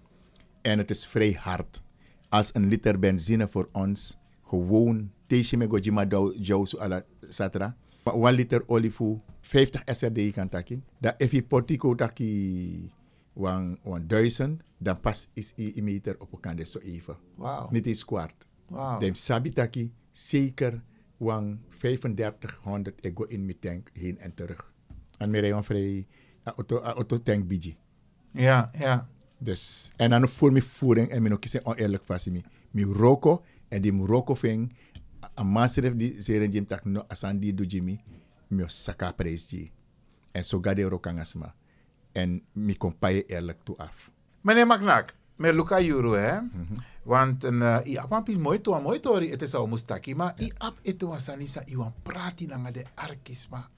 En het is vrij hard. Als een liter benzine voor ons gewoon teesje me gojima jousu ala satra. One liter olie voor vijftig S R D kan taki. Dat if je portico taki wan wan duizend, dan pas is i meter op elkaar zo even. Wauw. Niet eens kwart. Wauw. Dan sabi taki zeker wan vijfendertighonderd ego in mijn tank heen en terug. En meer een vrij auto auto tank biji. Ja, ja. Dus, en dan voor mijn voering, en mijn ook is oneerlijk vast me. Mi roko, en die roko ving, een master die zeren jim tak no asan die do jimi, mi saka prijs ji. En zo ga de rokangasma. En mi kompaye eerlijk toe af. Meneer Magnak, met Luca Juro, hè? Want een uh, i ap is mooi to, mooi tori, het is al mustaki, maar i ap het was anisa i wan prati nanga de arkisma.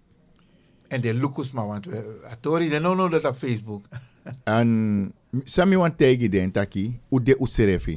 En de lukusma, want we atori de no no dat op Facebook. En sami wan tegi den taki, u de userefi.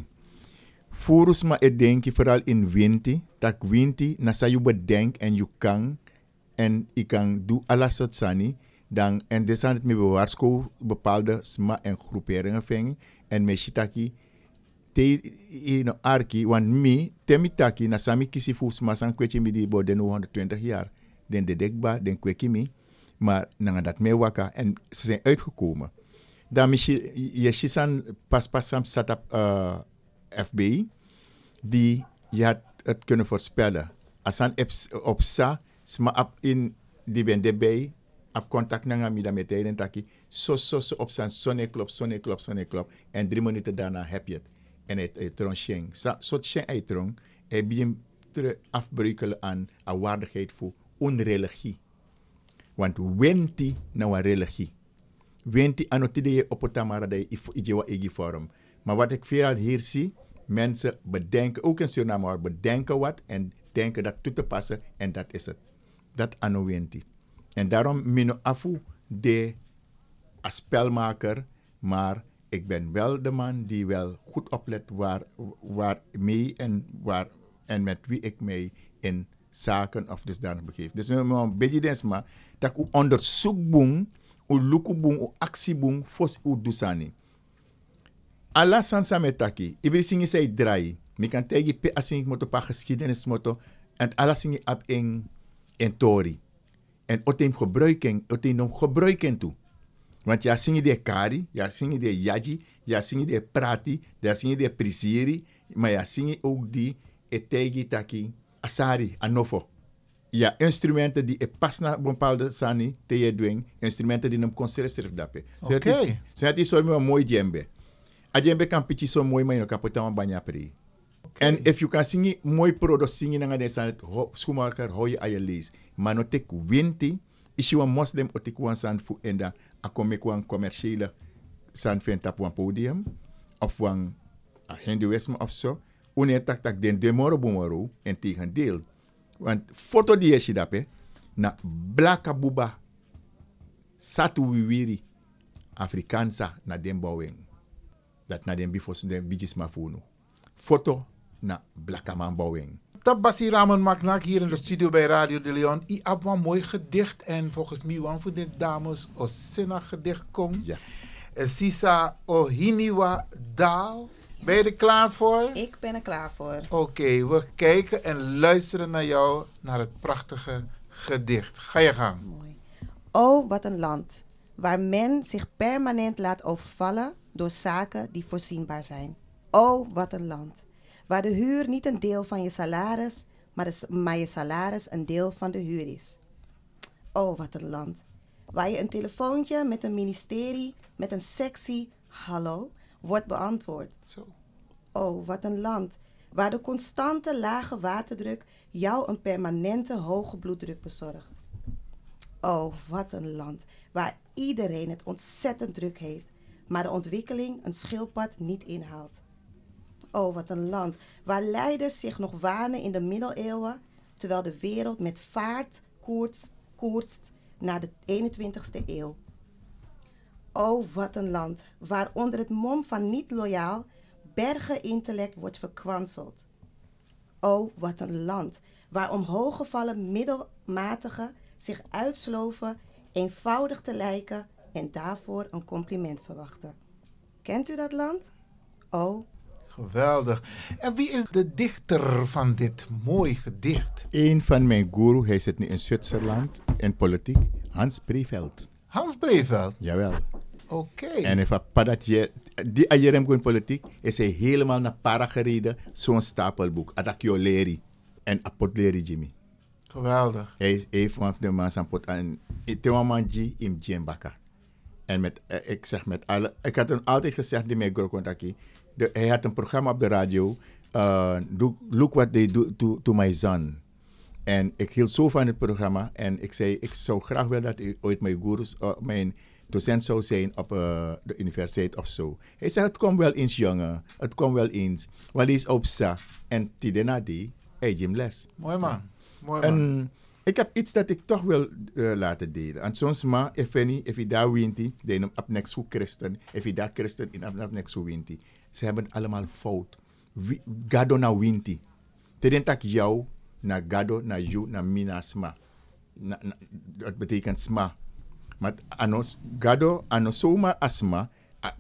Furus ma e denki vooral in winti, tak winti, na sa you bedenk en you kan, en i kan do alla soort sani, dan, en desan het me bewaarsko bepaalde sma en groeperingen vingen, en me shitaki, te in arki, wan mi, temi taki, na sami kisi fu sma san kwechi mi di bo den honderdtwintig jaar, den de dekba, den kweki mi, maar nanga dat me waka, en ze zijn uitgekomen. Dan misschien je shisan pas pas sam zat op uh, F B I die je had het kunnen voorspellen. Als aan op sa sma op in die ben de bij op contact nanga mi da meteen taki so so so op zijn sonne klop sonne klop sonne klop en drie minuten daarna heb je het en het het tron sheng sa so sheng het tron e biem tre afbreukelen aan a waardigheid voor onreligie. Want wenti na wa religie. Wenti anotide je op het tamara dat je ijewa egi vorm. Maar wat ik veel hier zie, mensen bedenken, ook in Suriname, maar bedenken wat en denken dat toe te passen en dat is het. Dat ano wenti. En daarom mino afu de als spelmaker, maar ik ben wel de man die wel goed oplet waar, waar mee en, waar, en met wie ik mee in zaken of dusdanig begeeft. Dus we hebben een beetje des maar dat u onderzoek boem, u luku boem, u actie boem, fos u dusani. Alla sansa metaki, ibri singi say draai. Mi kan tegi pe asing moto pa geschiedenis moto en alla singi ab in en tori. En otem gebruiken, otem gebruiken toe. Want ja singi de kari, ja singi de yaji, ja singi de prati, ja singi de prisiri, maar ja singi ook die etegi taki asari anofo. Ja instrumenten die e pas na bepaalde sani te je doen, instrumenten die nem conserveer dape. So Oké. het is, so het is een mooi djembe. A djembe kan pichi so mooi maar je kan potama banya pri. En if you can singi mooi product singi nanga de san schoenmaker hou je aan je lees. Maar no tek winti, is je een moslim o tek wan san fu enda a komme kwa commerciële san fen tap wan podium of wan a hinduisme of zo. Une tak tak den demoro bumoro en tegendeel. Want foto die je dape na blaka buba satu wiwiri Afrikaansa na den bouwing. Dat na den bifos den bijis mafuno. Foto na blaka man bouwing. Tabassi Ramon Maknak hier in de studio bij Radio de Leon. I heb een mooi gedicht en volgens mij one voor de dames een zinnig gedicht komt. Ja. Sisa Ohiniwa Daal. Ben je er klaar voor? Ik ben er klaar voor. Oké, okay, we kijken en luisteren naar jou, naar het prachtige gedicht. Ga je gang. Mooi. Oh, wat een land. Waar men zich permanent laat overvallen door zaken die voorzienbaar zijn. Oh, wat een land. Waar de huur niet een deel van je salaris, maar, de, maar je salaris een deel van de huur is. Oh, wat een land. Waar je een telefoontje met een ministerie met een sexy hallo wordt beantwoord. Zo. Oh, wat een land. Waar de constante lage waterdruk jou een permanente hoge bloeddruk bezorgt. Oh, wat een land. Waar iedereen het ontzettend druk heeft, maar de ontwikkeling een schildpad niet inhaalt. Oh, wat een land. Waar leiders zich nog wanen in de middeleeuwen, terwijl de wereld met vaart koerst, koerst naar de eenentwintigste eeuw. Oh, wat een land. Waar onder het mom van niet loyaal bergen intellect wordt verkwanseld. Oh, wat een land. Waar omhooggevallen middelmatigen zich uitsloven eenvoudig te lijken en daarvoor een compliment verwachten. Kent u dat land? Oh, geweldig. En wie is de dichter van dit mooi gedicht? Een van mijn guru, hij zit nu in Zwitserland in politiek, Hans Breveld. Hans Breveld? Jawel. Oké. Okay. En if padat je die ajerem in politiek is hij helemaal naar para gereden, zo'n stapelboek, Adakio Leri en Apot Leri Jimmy. Geweldig. Hij is een van de mensen aan pot en Tewamanji in Djembaka. En met, uh, ik zeg met alle, ik had hem altijd gezegd, die mij grootcontactie, hij had een programma op de radio, uh, look, look what they do to, to my son. En ik hield zo van het programma en ik zei, ik zou graag willen dat ik ooit mijn gurus, uh, mijn docent zou zijn op uh, de universiteit of zo. Hij zei, het komt wel eens jongen, het komt wel eens. Want hij is op sa en tidena die, hij gym les. Mooi man. Mooi man. En ik heb iets dat ik toch wil uh, laten delen. En soms maar, if any, if je daar wint, dan op next hoe christen, if je daar christen in op next hoe wint. Ze hebben allemaal fout. Wie, gado na winti. Teden tak jou, na gado, na you, na mina sma. Na, na, dat betekent sma. Maar anos, gado, anosoma asma,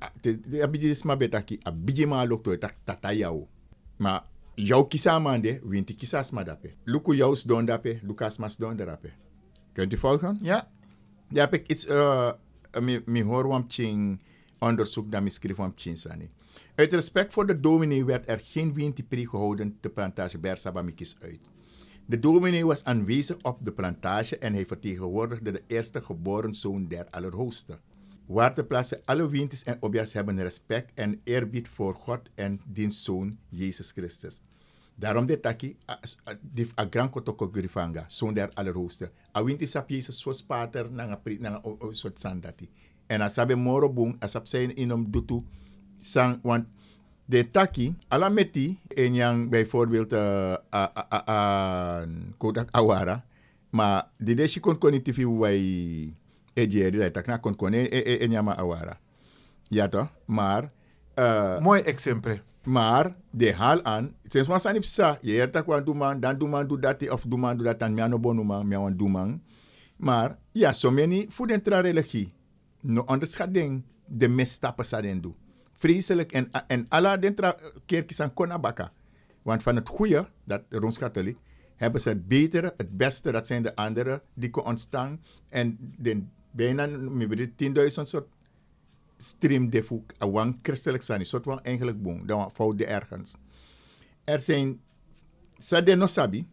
de abidje sma betaki, abidje ma lokto, tak tata jou. Maar jou kisa mande, winti kisa sma dape. Luku jou sdon dape, lukas mas don dape. Kunt u volgen? Ja. Ja, heb ik iets, uh, mi, mi hoor wam ching onderzoek dat mi schreef wam ching sani. Uit respect voor de dominee werd er geen winti-pre gehouden te plantage Bersabamikis uit. De dominee was aanwezig op de plantage en hij vertegenwoordigde de eerste geboren zoon der Allerhoogste. Waar te plaatsen alle wintis en obias hebben respect en eerbied voor God en diens zoon Jezus Christus. Daarom de taki die agran kotoko grifanga, zoon der Allerhoogste. A wintis ap Jezus zoals pater na een soort sandati. En asabe moro boom, asap zijn inom dutu sang, want de taki, ala meti, en yang bijvoorbeeld uh, a, a, a, a, Kodak Awara, maar de deshi kon kon niet veel wij ejeri, dat tak na kon kon en yama Awara. Ja toch? Maar... Uh, mooi exempel. Maar de haal aan, sinds man sanip sa, je hebt dat doe man, dan doe man doe dat of doe man doe dat, dan mij no bonu man, mij doe man. Maar ja, so many voor de tra religie. No onderschat ding, de misstappen sa den doen. Vreselijk en en alla den tra kerkjes aan konabaka. Want van het goede, dat Rooms-Katholiek, hebben ze het betere, het beste, dat zijn de anderen die kunnen ontstaan. En de, bijna tienduizend soort stream de voek, een christelijk zijn, soort van eigenlijk boom, dan fout de ergens. Er zijn, ze de no sabi,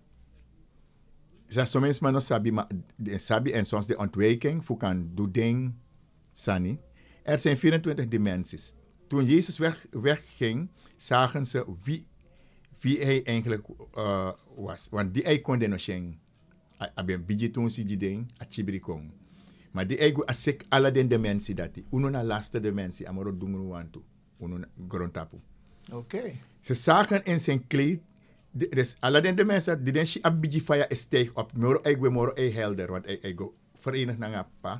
ze zijn mensen maar no sabi, maar de sabi en soms de ontwijking, voor kan doen ding, sani. Er zijn vierentwintig dimensies. Toen Jezus weg, wegging, zagen ze wie wie hij eigenlijk uh, was. Want die hij kon de no sheng. Aben bidje toen si die ding, a chibri kong. Maar die eigu asek alla den dimensie dati. Uno na laatste dimensie, amaro dungru wantu. Uno na grontapu. Oké. Okay. Ze zagen in zijn kleed, dus alla den dimensie, die den shi abidji faya steeg op. Moro eigu moro ei helder, want ei eigu verenigd na ngapa.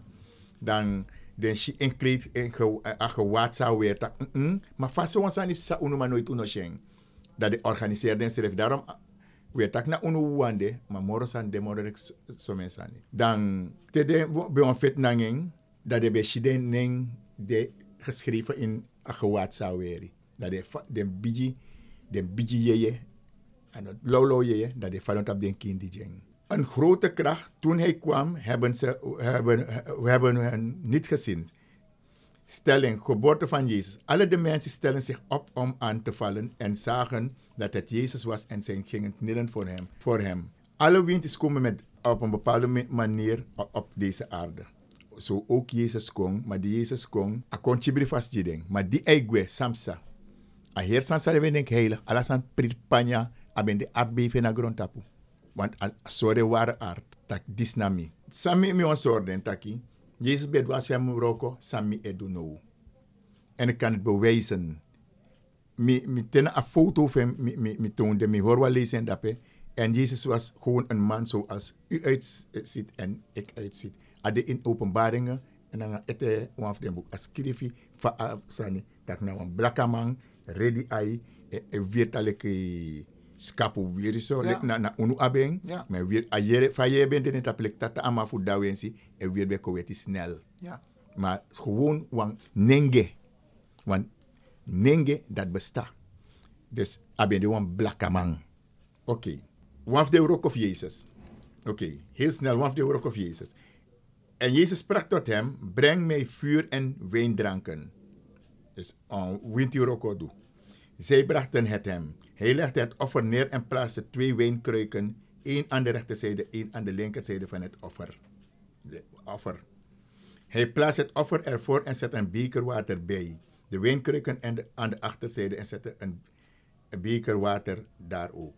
Dan den shi in kleed in ge, a gewaad zou weer tak. Mm-mm. Maar vast zo was aan sa uno maar nooit uno sheng. Dat de organiseerden zich daarom we tak na unu wande maar moro san de moro rek so mensani dan te de be on fet nanging dat de beshiden ning de geschreven in a gewaad saweri dat de de biji de biji yeye en het lolo yeye dat de van op den kind jeng een grote kracht toen hij kwam hebben ze hebben we hebben hen niet gezien. Stelling, geboorte van Jezus. Alle de mensen stellen zich op om aan te vallen en zagen dat het Jezus was en zij gingen knielen voor hem. Voor hem. Alle winters komen met, op een bepaalde manier op, op deze aarde. Zo ook Jezus kon, maar die Jezus kon, a kon chibri vast jideng. Maar die eigwe, samsa. A heer sansa de wendenk heilig, alasan prirpanya, aben de aardbeving na grondtapu. Want a sore ware aard, tak disnami. Sami mi on sorden taki. Jezus bedwas hem roko, sami edu no. En ik kan het bewijzen. Mi, mi tenen een foto van mi, mi, mi toonde, mi hoor wat lezen dape. En Jezus was gewoon een man zoals u uitziet en ik uitziet. Ade in openbaringen, en dan ete one of them boek, as skrifi, fa sani, dat nou een blakke man, ready ai, e virtuele skapu weer zo, ja. na na unu abeng, ja. Maar weer ayere fa je bent in het plek tata ama fu dawensi en weer be ko snel. Ja. Maar gewoon wan nenge. Want nenge dat bestaat. Dus aben de wan blakke man. Oké. Okay. One of the rock of Jezus. Oké. Okay. Heel snel, one of the rock of Jezus. En Jezus sprak tot hem, breng mij vuur en wijndranken. Dus on winti roko doe. Zij brachten het hem. Hij legde het offer neer en plaatste twee wijnkruiken, één aan de rechterzijde, één aan de linkerzijde van het offer. De offer. Hij plaatste het offer ervoor en zette een beker water bij. De wijnkruiken en de, aan de achterzijde en zette een, een beker water daar ook.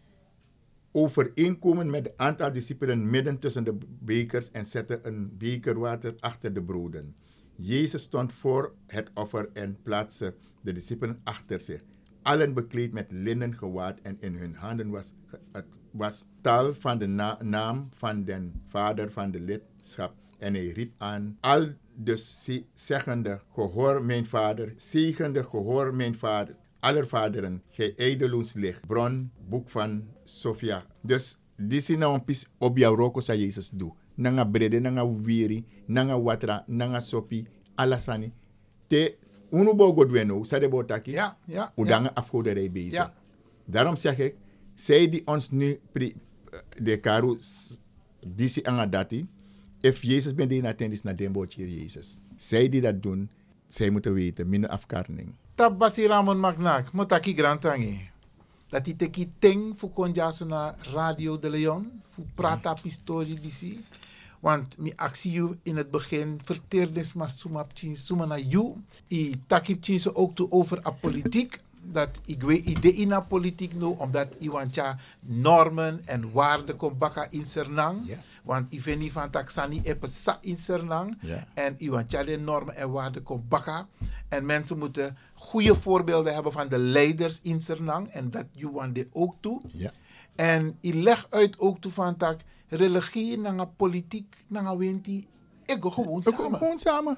Overeenkomen met het aantal discipelen midden tussen de bekers en zette een beker water achter de broden. Jezus stond voor het offer en plaatste de discipelen achter zich. Allen bekleed met linnen gewaad en in hun handen was het was taal van de na- naam van den vader van de lidschap. En hij riep aan, al dus zeggende, gehoor mijn vader, zegende, gehoor mijn vader, aller vaderen, gij eindeloos licht, bron, boek van Sofia. Dus, dit is nou een pis op jouw roko sa Jezus doe. Nanga brede, nanga wiri, nanga watra, nanga sopi, alasani. Te, unu bo godweno, sa de botaki, ja, ja, udanga ja. afgoderij bezig. Ja. Daarom zeg ik, zij die ons nu, pri, de karu, disi anga dati, if Jezus ben die na tendis na dembootje Jezus. Zij die dat doen, zij moeten weten, minder afkarning. Tabasi Ramon Magnak, motaki grantangi. Dat die teki ting voor konjaso na Radio de Leon, voor prata pistori disi. Want mi actie in het begin verteerdes maar suma pchin suma na you. I taki pchin zo ook toe over a politiek. Dat ik weet idee in a politiek nu, omdat iwantja normen en waarden kon baka in Sernang. Yeah. Want ik vind niet van taxani epe sa in Sernang. Yeah. En iwantja de normen en waarden kon baka. En mensen moeten goede voorbeelden hebben van de leiders in Sernang. En dat Juwande ook toe. Yeah. En ik leg uit ook toe van tak religie, nanga politiek, nanga wenti. Ik go gewoon samen. Gewoon samen.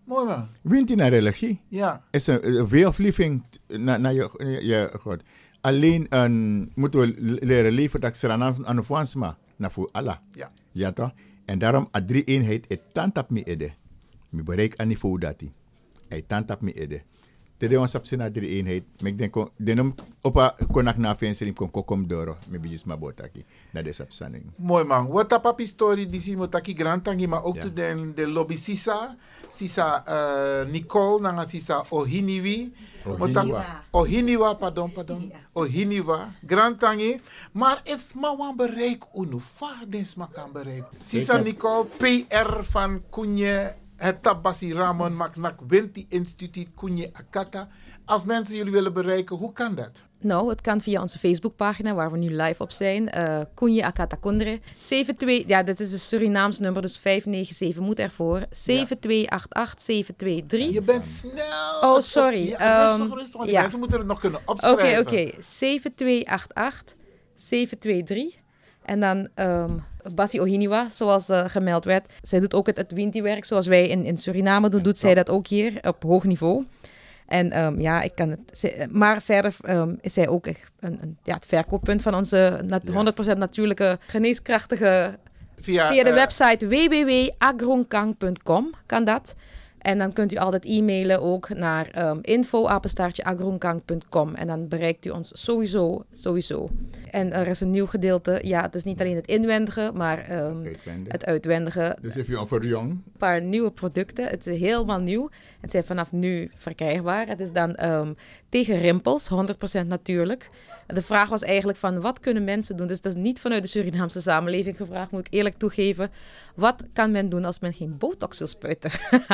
Mooi man. Wint hij naar religie. Ja. Is een, een weervlieving naar na je, je God. Alleen een, moeten we leren leven dat ze aan een vansma naar voor Allah. Ja. Ja toch? En daarom, a drie eenheid, het tantap me ede. Me bereik aan niveau dat hij. Hij tantap me ede. Tede ons op zijn drie eenheid. Maar ik denk, denom op a konak na venstering kon kokom doro. Me bijis ma botaki. Na deze opstanning. Mooi man. Wat dat papi story die zien we taki grantangi, maar ook Ja. to den de lobby Sisa, Sisa uh, Nicole, nanga Sisa Ohiniwi. Ohiniwa. Ohiniwa, pardon, pardon. Ohiniwa, grantangi. Maar is ma wan bereik unu des ma kan bereik. Sisa Zeker. Nicole, P R van Kunje, het Tabasi Ramon Maknak Winti Instituut Kunje Akata. Als mensen jullie willen bereiken, hoe kan dat? Nou, het kan via onze Facebookpagina, waar we nu live op zijn. Uh, Kunje Akata Kondre. zeven twee, ja, dit is een Surinaams nummer, dus vijf negen zeven moet ervoor. zeven twee acht acht zeven twee drie. Je bent snel. Oh, sorry. Ja, Um, rustig, rustig, want die ja. mensen moeten het nog kunnen Oké, opschrijven. oké. Okay. zeven twee acht acht zeven twee drie. En dan um, Bassi Ohiniwa, zoals uh, gemeld werd. Zij doet ook het, het Winti-werk, zoals wij in, in Suriname doen, doet zij dat ook hier op hoog niveau. En um, ja, ik kan het. Zij, maar verder um, is zij ook echt een, een, ja, het verkooppunt van onze nat, Ja. honderd procent natuurlijke, geneeskrachtige. Via, Via de uh, website w w w punt agronkang punt com kan dat. En dan kunt u altijd e-mailen ook naar um, info apenstaartje agronkang punt com. En dan bereikt u ons sowieso, sowieso. En er is een nieuw gedeelte. Ja, het is niet alleen het inwendige, maar um, Uitwendig. het uitwendige. Dus if you offer young. Een paar nieuwe producten. Het is helemaal nieuw. Het zijn vanaf nu verkrijgbaar. Het is dan um, tegen rimpels, honderd procent natuurlijk. De vraag was eigenlijk van, wat kunnen mensen doen? Dus dat is niet vanuit de Surinaamse samenleving gevraagd, moet ik eerlijk toegeven. Wat kan men doen als men geen botox wil spuiten?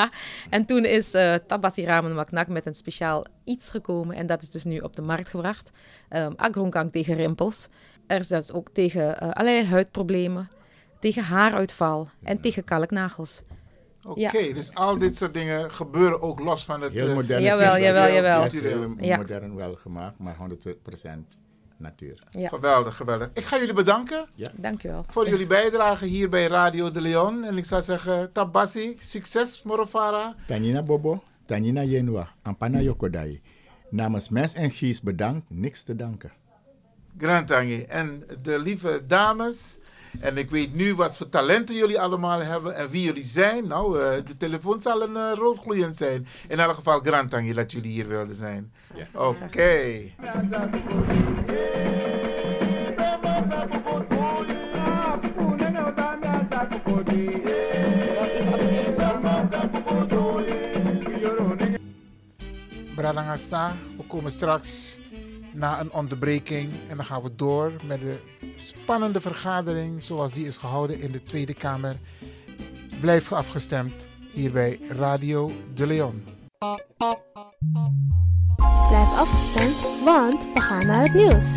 En toen is uh, Tabasi Ramon Maknak met een speciaal iets gekomen. En dat is dus nu op de markt gebracht. Um, Agronkang tegen rimpels. Er is dus ook tegen uh, allerlei huidproblemen. Tegen haaruitval. En tegen kalknagels. Oké, Ja. dus al dit soort dingen gebeuren ook los van het... Heel eh, modern. Jawel, is- jawel, jawel. Ja, is heel Ja. modern wel gemaakt, maar honderd procent natuur. Ja, Geweldig, geweldig. Ik ga jullie bedanken dankjewel. voor jullie bijdrage hier bij Radio de Leon. En ik zou zeggen, Tabasi, succes, Morofara. Tanina Bobo, Tanina Yenwa, Ampana Yokodai. Namens Mes en Gies bedankt, niks te danken. Grantangi. En de lieve dames. En ik weet nu wat voor talenten jullie allemaal hebben en wie jullie zijn. Nou, uh, de telefoon zal een uh, roodgloeiend zijn. In elk geval, Grantangi, dat jullie hier wilden zijn. Ja. Oké. Okay. Bradangasa, we komen straks na een onderbreking en dan gaan we door met de spannende vergadering zoals die is gehouden in de Tweede Kamer. Blijf afgestemd hier bij Radio de Leon. Blijf afgestemd, want we gaan naar het nieuws.